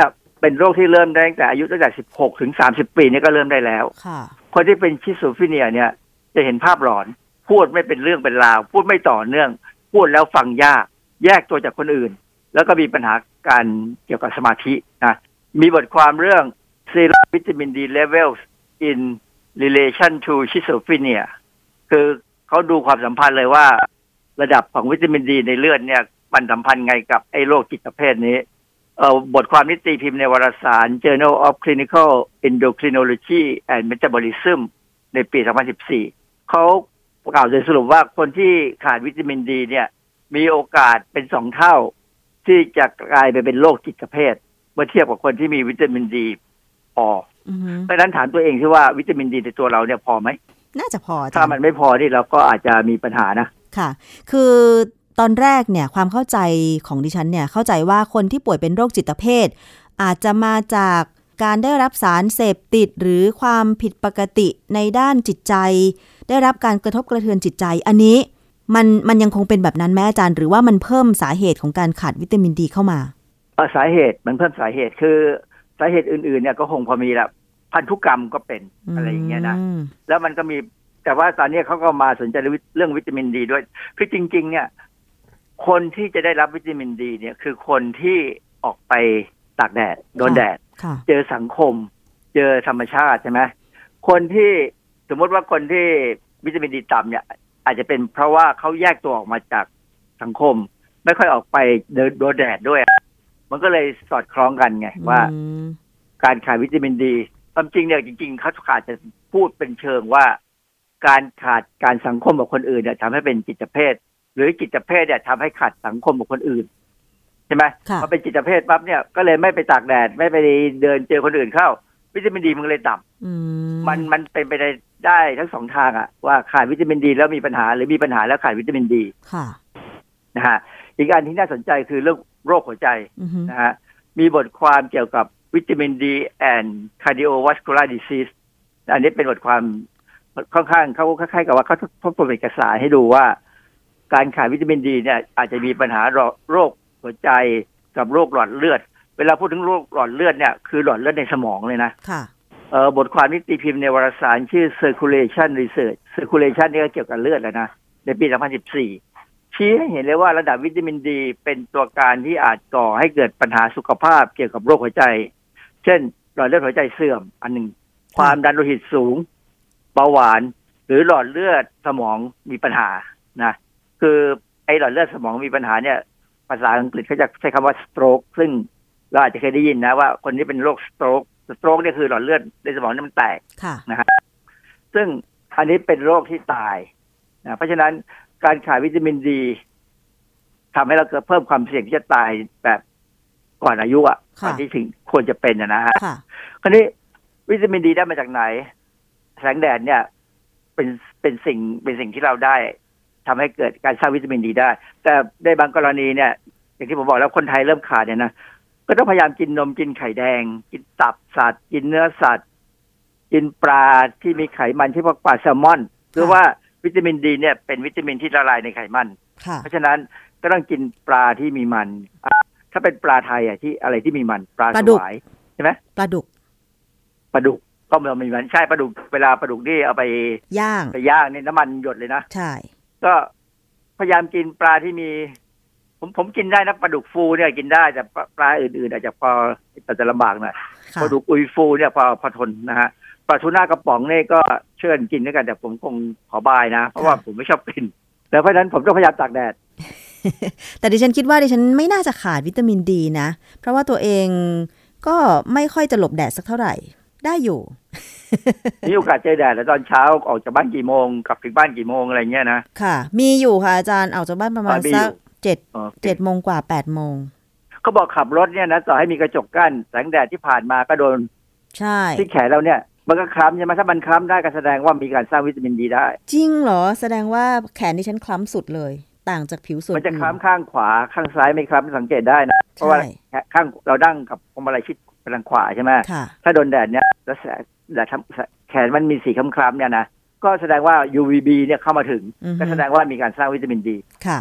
เป็นโรคที่เริ่มได้ตั้งแต่อายุตั้งแต่สิบหกถึงสามสิบปีนี่ก็เริ่มได้แล้วคนที่เป็นชิโซฟรีเนียเนี่ยจะเห็นภาพหลอนพูดไม่เป็นเรื่องเป็นราวพูดไม่ต่อเนื่องพูดแล้วฟังยากแยกตัวจากคนอื่นแล้วก็มีปัญหาการเกี่ยวกับสมาธินะมีบทความเรื่อง Serum Vitamin D Levels in Relation to Schizophrenia คือเขาดูความสัมพันธ์เลยว่าระดับของวิตามินดีในเลือดเนี่ยมันสัมพันธ์ไงกับไอ้โรคจิตเภทนี้เอ่อบทความนี้ตีพิมพ์ในวารสาร Journal of Clinical Endocrinology and Metabolism ในปีสองพันสิบสี่เขากล่าวโดยสรุปว่าคนที่ขาดวิตามินดีเนี่ยมีโอกาสเป็นสองเท่าที่จะกลายไปเป็นโรคจิตเภทเมื่อเทียบกับคนที่มีวิตามินดีพอเพราะฉะนั้นถามตัวเองที่ว่าวิตามินดีในตัวเราเนี่ยพอไหมน่าจะพอถ้ามันไม่พอที่เราก็อาจจะมีปัญหานะค่ะคือตอนแรกเนี่ยความเข้าใจของดิฉันเนี่ยเข้าใจว่าคนที่ป่วยเป็นโรคจิตเภทอาจจะมาจากการได้รับสารเสพติดหรือความผิดปกติในด้านจิตใจได้รับการกระทบกระเทือนจิตใจอันนี้มันมันยังคงเป็นแบบนั้นแม่อาจารย์หรือว่ามันเพิ่มสาเหตุของการขาดวิตามินดีเข้ามาสาเหตุมันเพิ่มสาเหตุคือสาเหตุอื่นๆเนี่ยก็คงพอมีละพันธุกรรมก็เป็นอะไรอย่างเงี้ยนะแล้วมันก็มีแต่ว่าตอนนี้เขาก็มาสนใจเรื่องวิตามินดีด้วยคือจริงๆเนี่ยคนที่จะได้รับวิตามินดีเนี่ยคือคนที่ออกไปตากแดดโดนแดดเจอสังคมเจอธรรมชาติใช่ไหมคนที่สมมติว่าคนที่วิตามินดีต่ำเนี่ยอาจจะเป็นเพราะว่าเขาแยกตัวออกมาจากสังคมไม่ค่อยออกไปโดนแดดด้วยมันก็เลยสอดคล้องกันไงว่าการขาดวิตามินดีความจริงเนี่ยจริงๆเขาขาดจะพูดเป็นเชิงว่าการขาดการสังคมกับคนอื่นเนี่ยทำให้เป็นจิตเภทหรือจิตเภทเนี่ยทำให้ขาดสังคมกับคนอื่นใช่ไหมพอเป็นจิตเภทปั๊บเนี่ยก็เลยไม่ไปตากแดดไม่ไปเดินเจอคนอื่นเข้าวิตามินดีมันเลยต่ำมันมันเป็นไปได้ได้ทั้งสองทางอะว่าขาดวิตามินดีแล้วมีปัญหาหรือมีปัญหาแล้วขาดวิตามินดีนะฮะอีกอันที่น่าสนใจคือเรื่องโรคหัวใจนะฮะมีบทความเกี่ยวกับวิตามินดี and cardiovascular disease อันนี้เป็นบทความค่อนข้างเขาคล้ายๆกับว่าเขาทบทวนเอกสารให้ดูว่าการขาดวิตามินดีเนี่ยอาจจะมีปัญหาโรคหัวใจกับโรคหลอดเลือดเวลาพูดถึงโรคหลอดเลือดเนี่ยคือหลอดเลือดในสมองเลยนะเอ่อบทความนี้ตีพิมพ์ในวารสารชื่อ Circulation Research Circulation นี่ก็เกี่ยวกับเลือดแล้วนะในปีสองพันสิบสี่ชี้ให้เห็นเลยว่าระดับวิตามินดีเป็นตัวการที่อาจก่อให้เกิดปัญหาสุขภาพเกี่ยวกับโรคหัวใจเช่นหลอดเลือดหัวใจเสื่อมอันหนึ่งความดันโลหิตสูงเบาหวานหรือหลอดเลือดสมองมีปัญหานะคือไอ้หลอดเลือดสมองมีปัญหาเนี่ยภาษาอังกฤษเขาจะใช้คำว่า stroke ซึ่งเราอาจจะเคยได้ยินนะว่าคนที่เป็นโรค stroke stroke เนี่ยคือหลอดเลือดในสมองนี่มันแตกนะฮะซึ่งอันนี้เป็นโรคที่ตายนะเพราะฉะนั้นการขาดวิตามินดีทำให้เราเกิดเพิ่มความเสี่ยงที่จะตายแบบก่อนอายุอ่ะก่อนที่ถึงควรจะเป็นนะฮะคราวนี้วิตามินดีได้มาจากไหนแสงแดดเนี่ยเป็นเป็นสิ่งเป็นสิ่งที่เราได้ทำให้เกิดการสร้างวิตามินดีได้แต่ในบางกรณีเนี่ยอย่างที่ผมบอกแล้วคนไทยเริ่มขาดเนี่ยนะก็ต้องพยายามกินนมกินไข่แดงกินตับสัตว์กินเนื้อสัตว์กินปลาที่มีไขมันที่พวกปลาแซลมอนหรือว่าวิตามินดีเนี่ยเป็นวิตามินที่ละลายในไขมันเพราะฉะนั้นก็ต้องกินปลาที่มีมันถ้าเป็นปลาไทยอ่ะที่อะไรที่มีมันปลาสวายใช่ไหมปลาดุกปลาดุกก็มันมีมันใช่ปลาดุกเวลาปลาดุกนี่เอาไปย่างไปย่างนี่น้ำมันหยดเลยนะใช่ก็พยายามกินปลาที่มีผมผมกินได้นะปลาดุกฟูเนี่ยกินได้แต่ปลาอื่นๆอาจจะพอแต่จะลำบากหน่อยปลาดุกอุยฟูเนี่ยพอพอทนนะฮะปลาทูน่ากระป๋องนี่ก็เชิญกินด้วยกันแต่ผมคงขอบายนะเพราะว่าผมไม่ชอบกินแล้วเพราะฉะนั้นผมต้องพยายามตากแดดแต่ดิฉันคิดว่าดิฉันไม่น่าจะขาดวิตามินดีนะเพราะว่าตัวเองก็ไม่ค่อยจะหลบแดดสักเท่าไหร่ได้อยู่มีโอกาสเจอแดดแล้วตอนเช้าออกจากบ้านกี่โมงกลับถึงบ้านกี่โมงอะไรเงี้ยนะค่ะมีอยู่ค่ะอาจารย์ออกจากบ้านประมาณสักเจ็ดเจ็ดโมงกว่าแปดโมงเขาบอกขับรถเนี่ยนะต่อให้มีกระจกกั้นแสงแดดที่ผ่านมาก็โดนใช่ที่แขนเราเนี่ยมันก็คล้ำใช่ไหมถ้ามันคล้ำได้ก็แสดงว่ามีการสร้างวิตามินดีได้จริงเหรอแสดงว่าแขนที่ฉันคล้ำสุดเลยต่างจากผิวส่วนมันจะคล้ำข้างขวาข้างซ้ายไม่คล้ำสังเกตได้นะเพราะว่าข้างเราดั้งกับพวงมาลัยชิดไปทางขวาใช่ไหมถ้าโดนแดดเนี่ยแล้วแดดแขนมันมีสีคล้ำๆเนี่ยนะก็แสดงว่า ยู วี บี เนี่ยเข้ามาถึงก็แสดงว่ามีการสร้างวิตามินดีค่ะ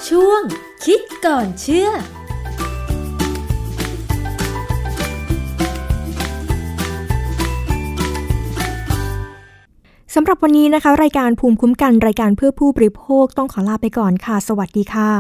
ช่วงคิดก่อนเชื่อสำหรับวันนี้นะคะรายการภูมิคุ้มกันรายการเพื่อผู้บริโภคต้องขอลาไปก่อนค่ะสวัสดีค่ะ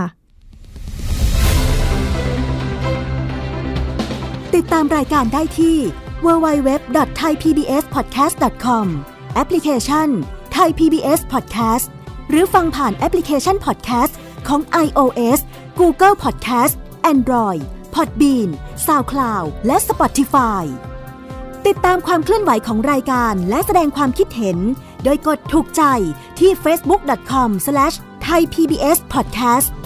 ติดตามรายการได้ที่ ดับเบิลยู ดับเบิลยู ดับเบิลยู ดอท ไทย พี บี เอส พอดแคสต์ ดอท คอม แอปพลิเคชัน Thai พี บี เอส Podcast หรือฟังผ่านแอปพลิเคชัน Podcast ของ iOS Google Podcast Android Podbean SoundCloud และ Spotify ติดตามความเคลื่อนไหวของรายการและแสดงความคิดเห็นโดยกดถูกใจที่ เฟซบุ๊ก ดอท คอม สแลช ไทย พี บี เอส พอดแคสต์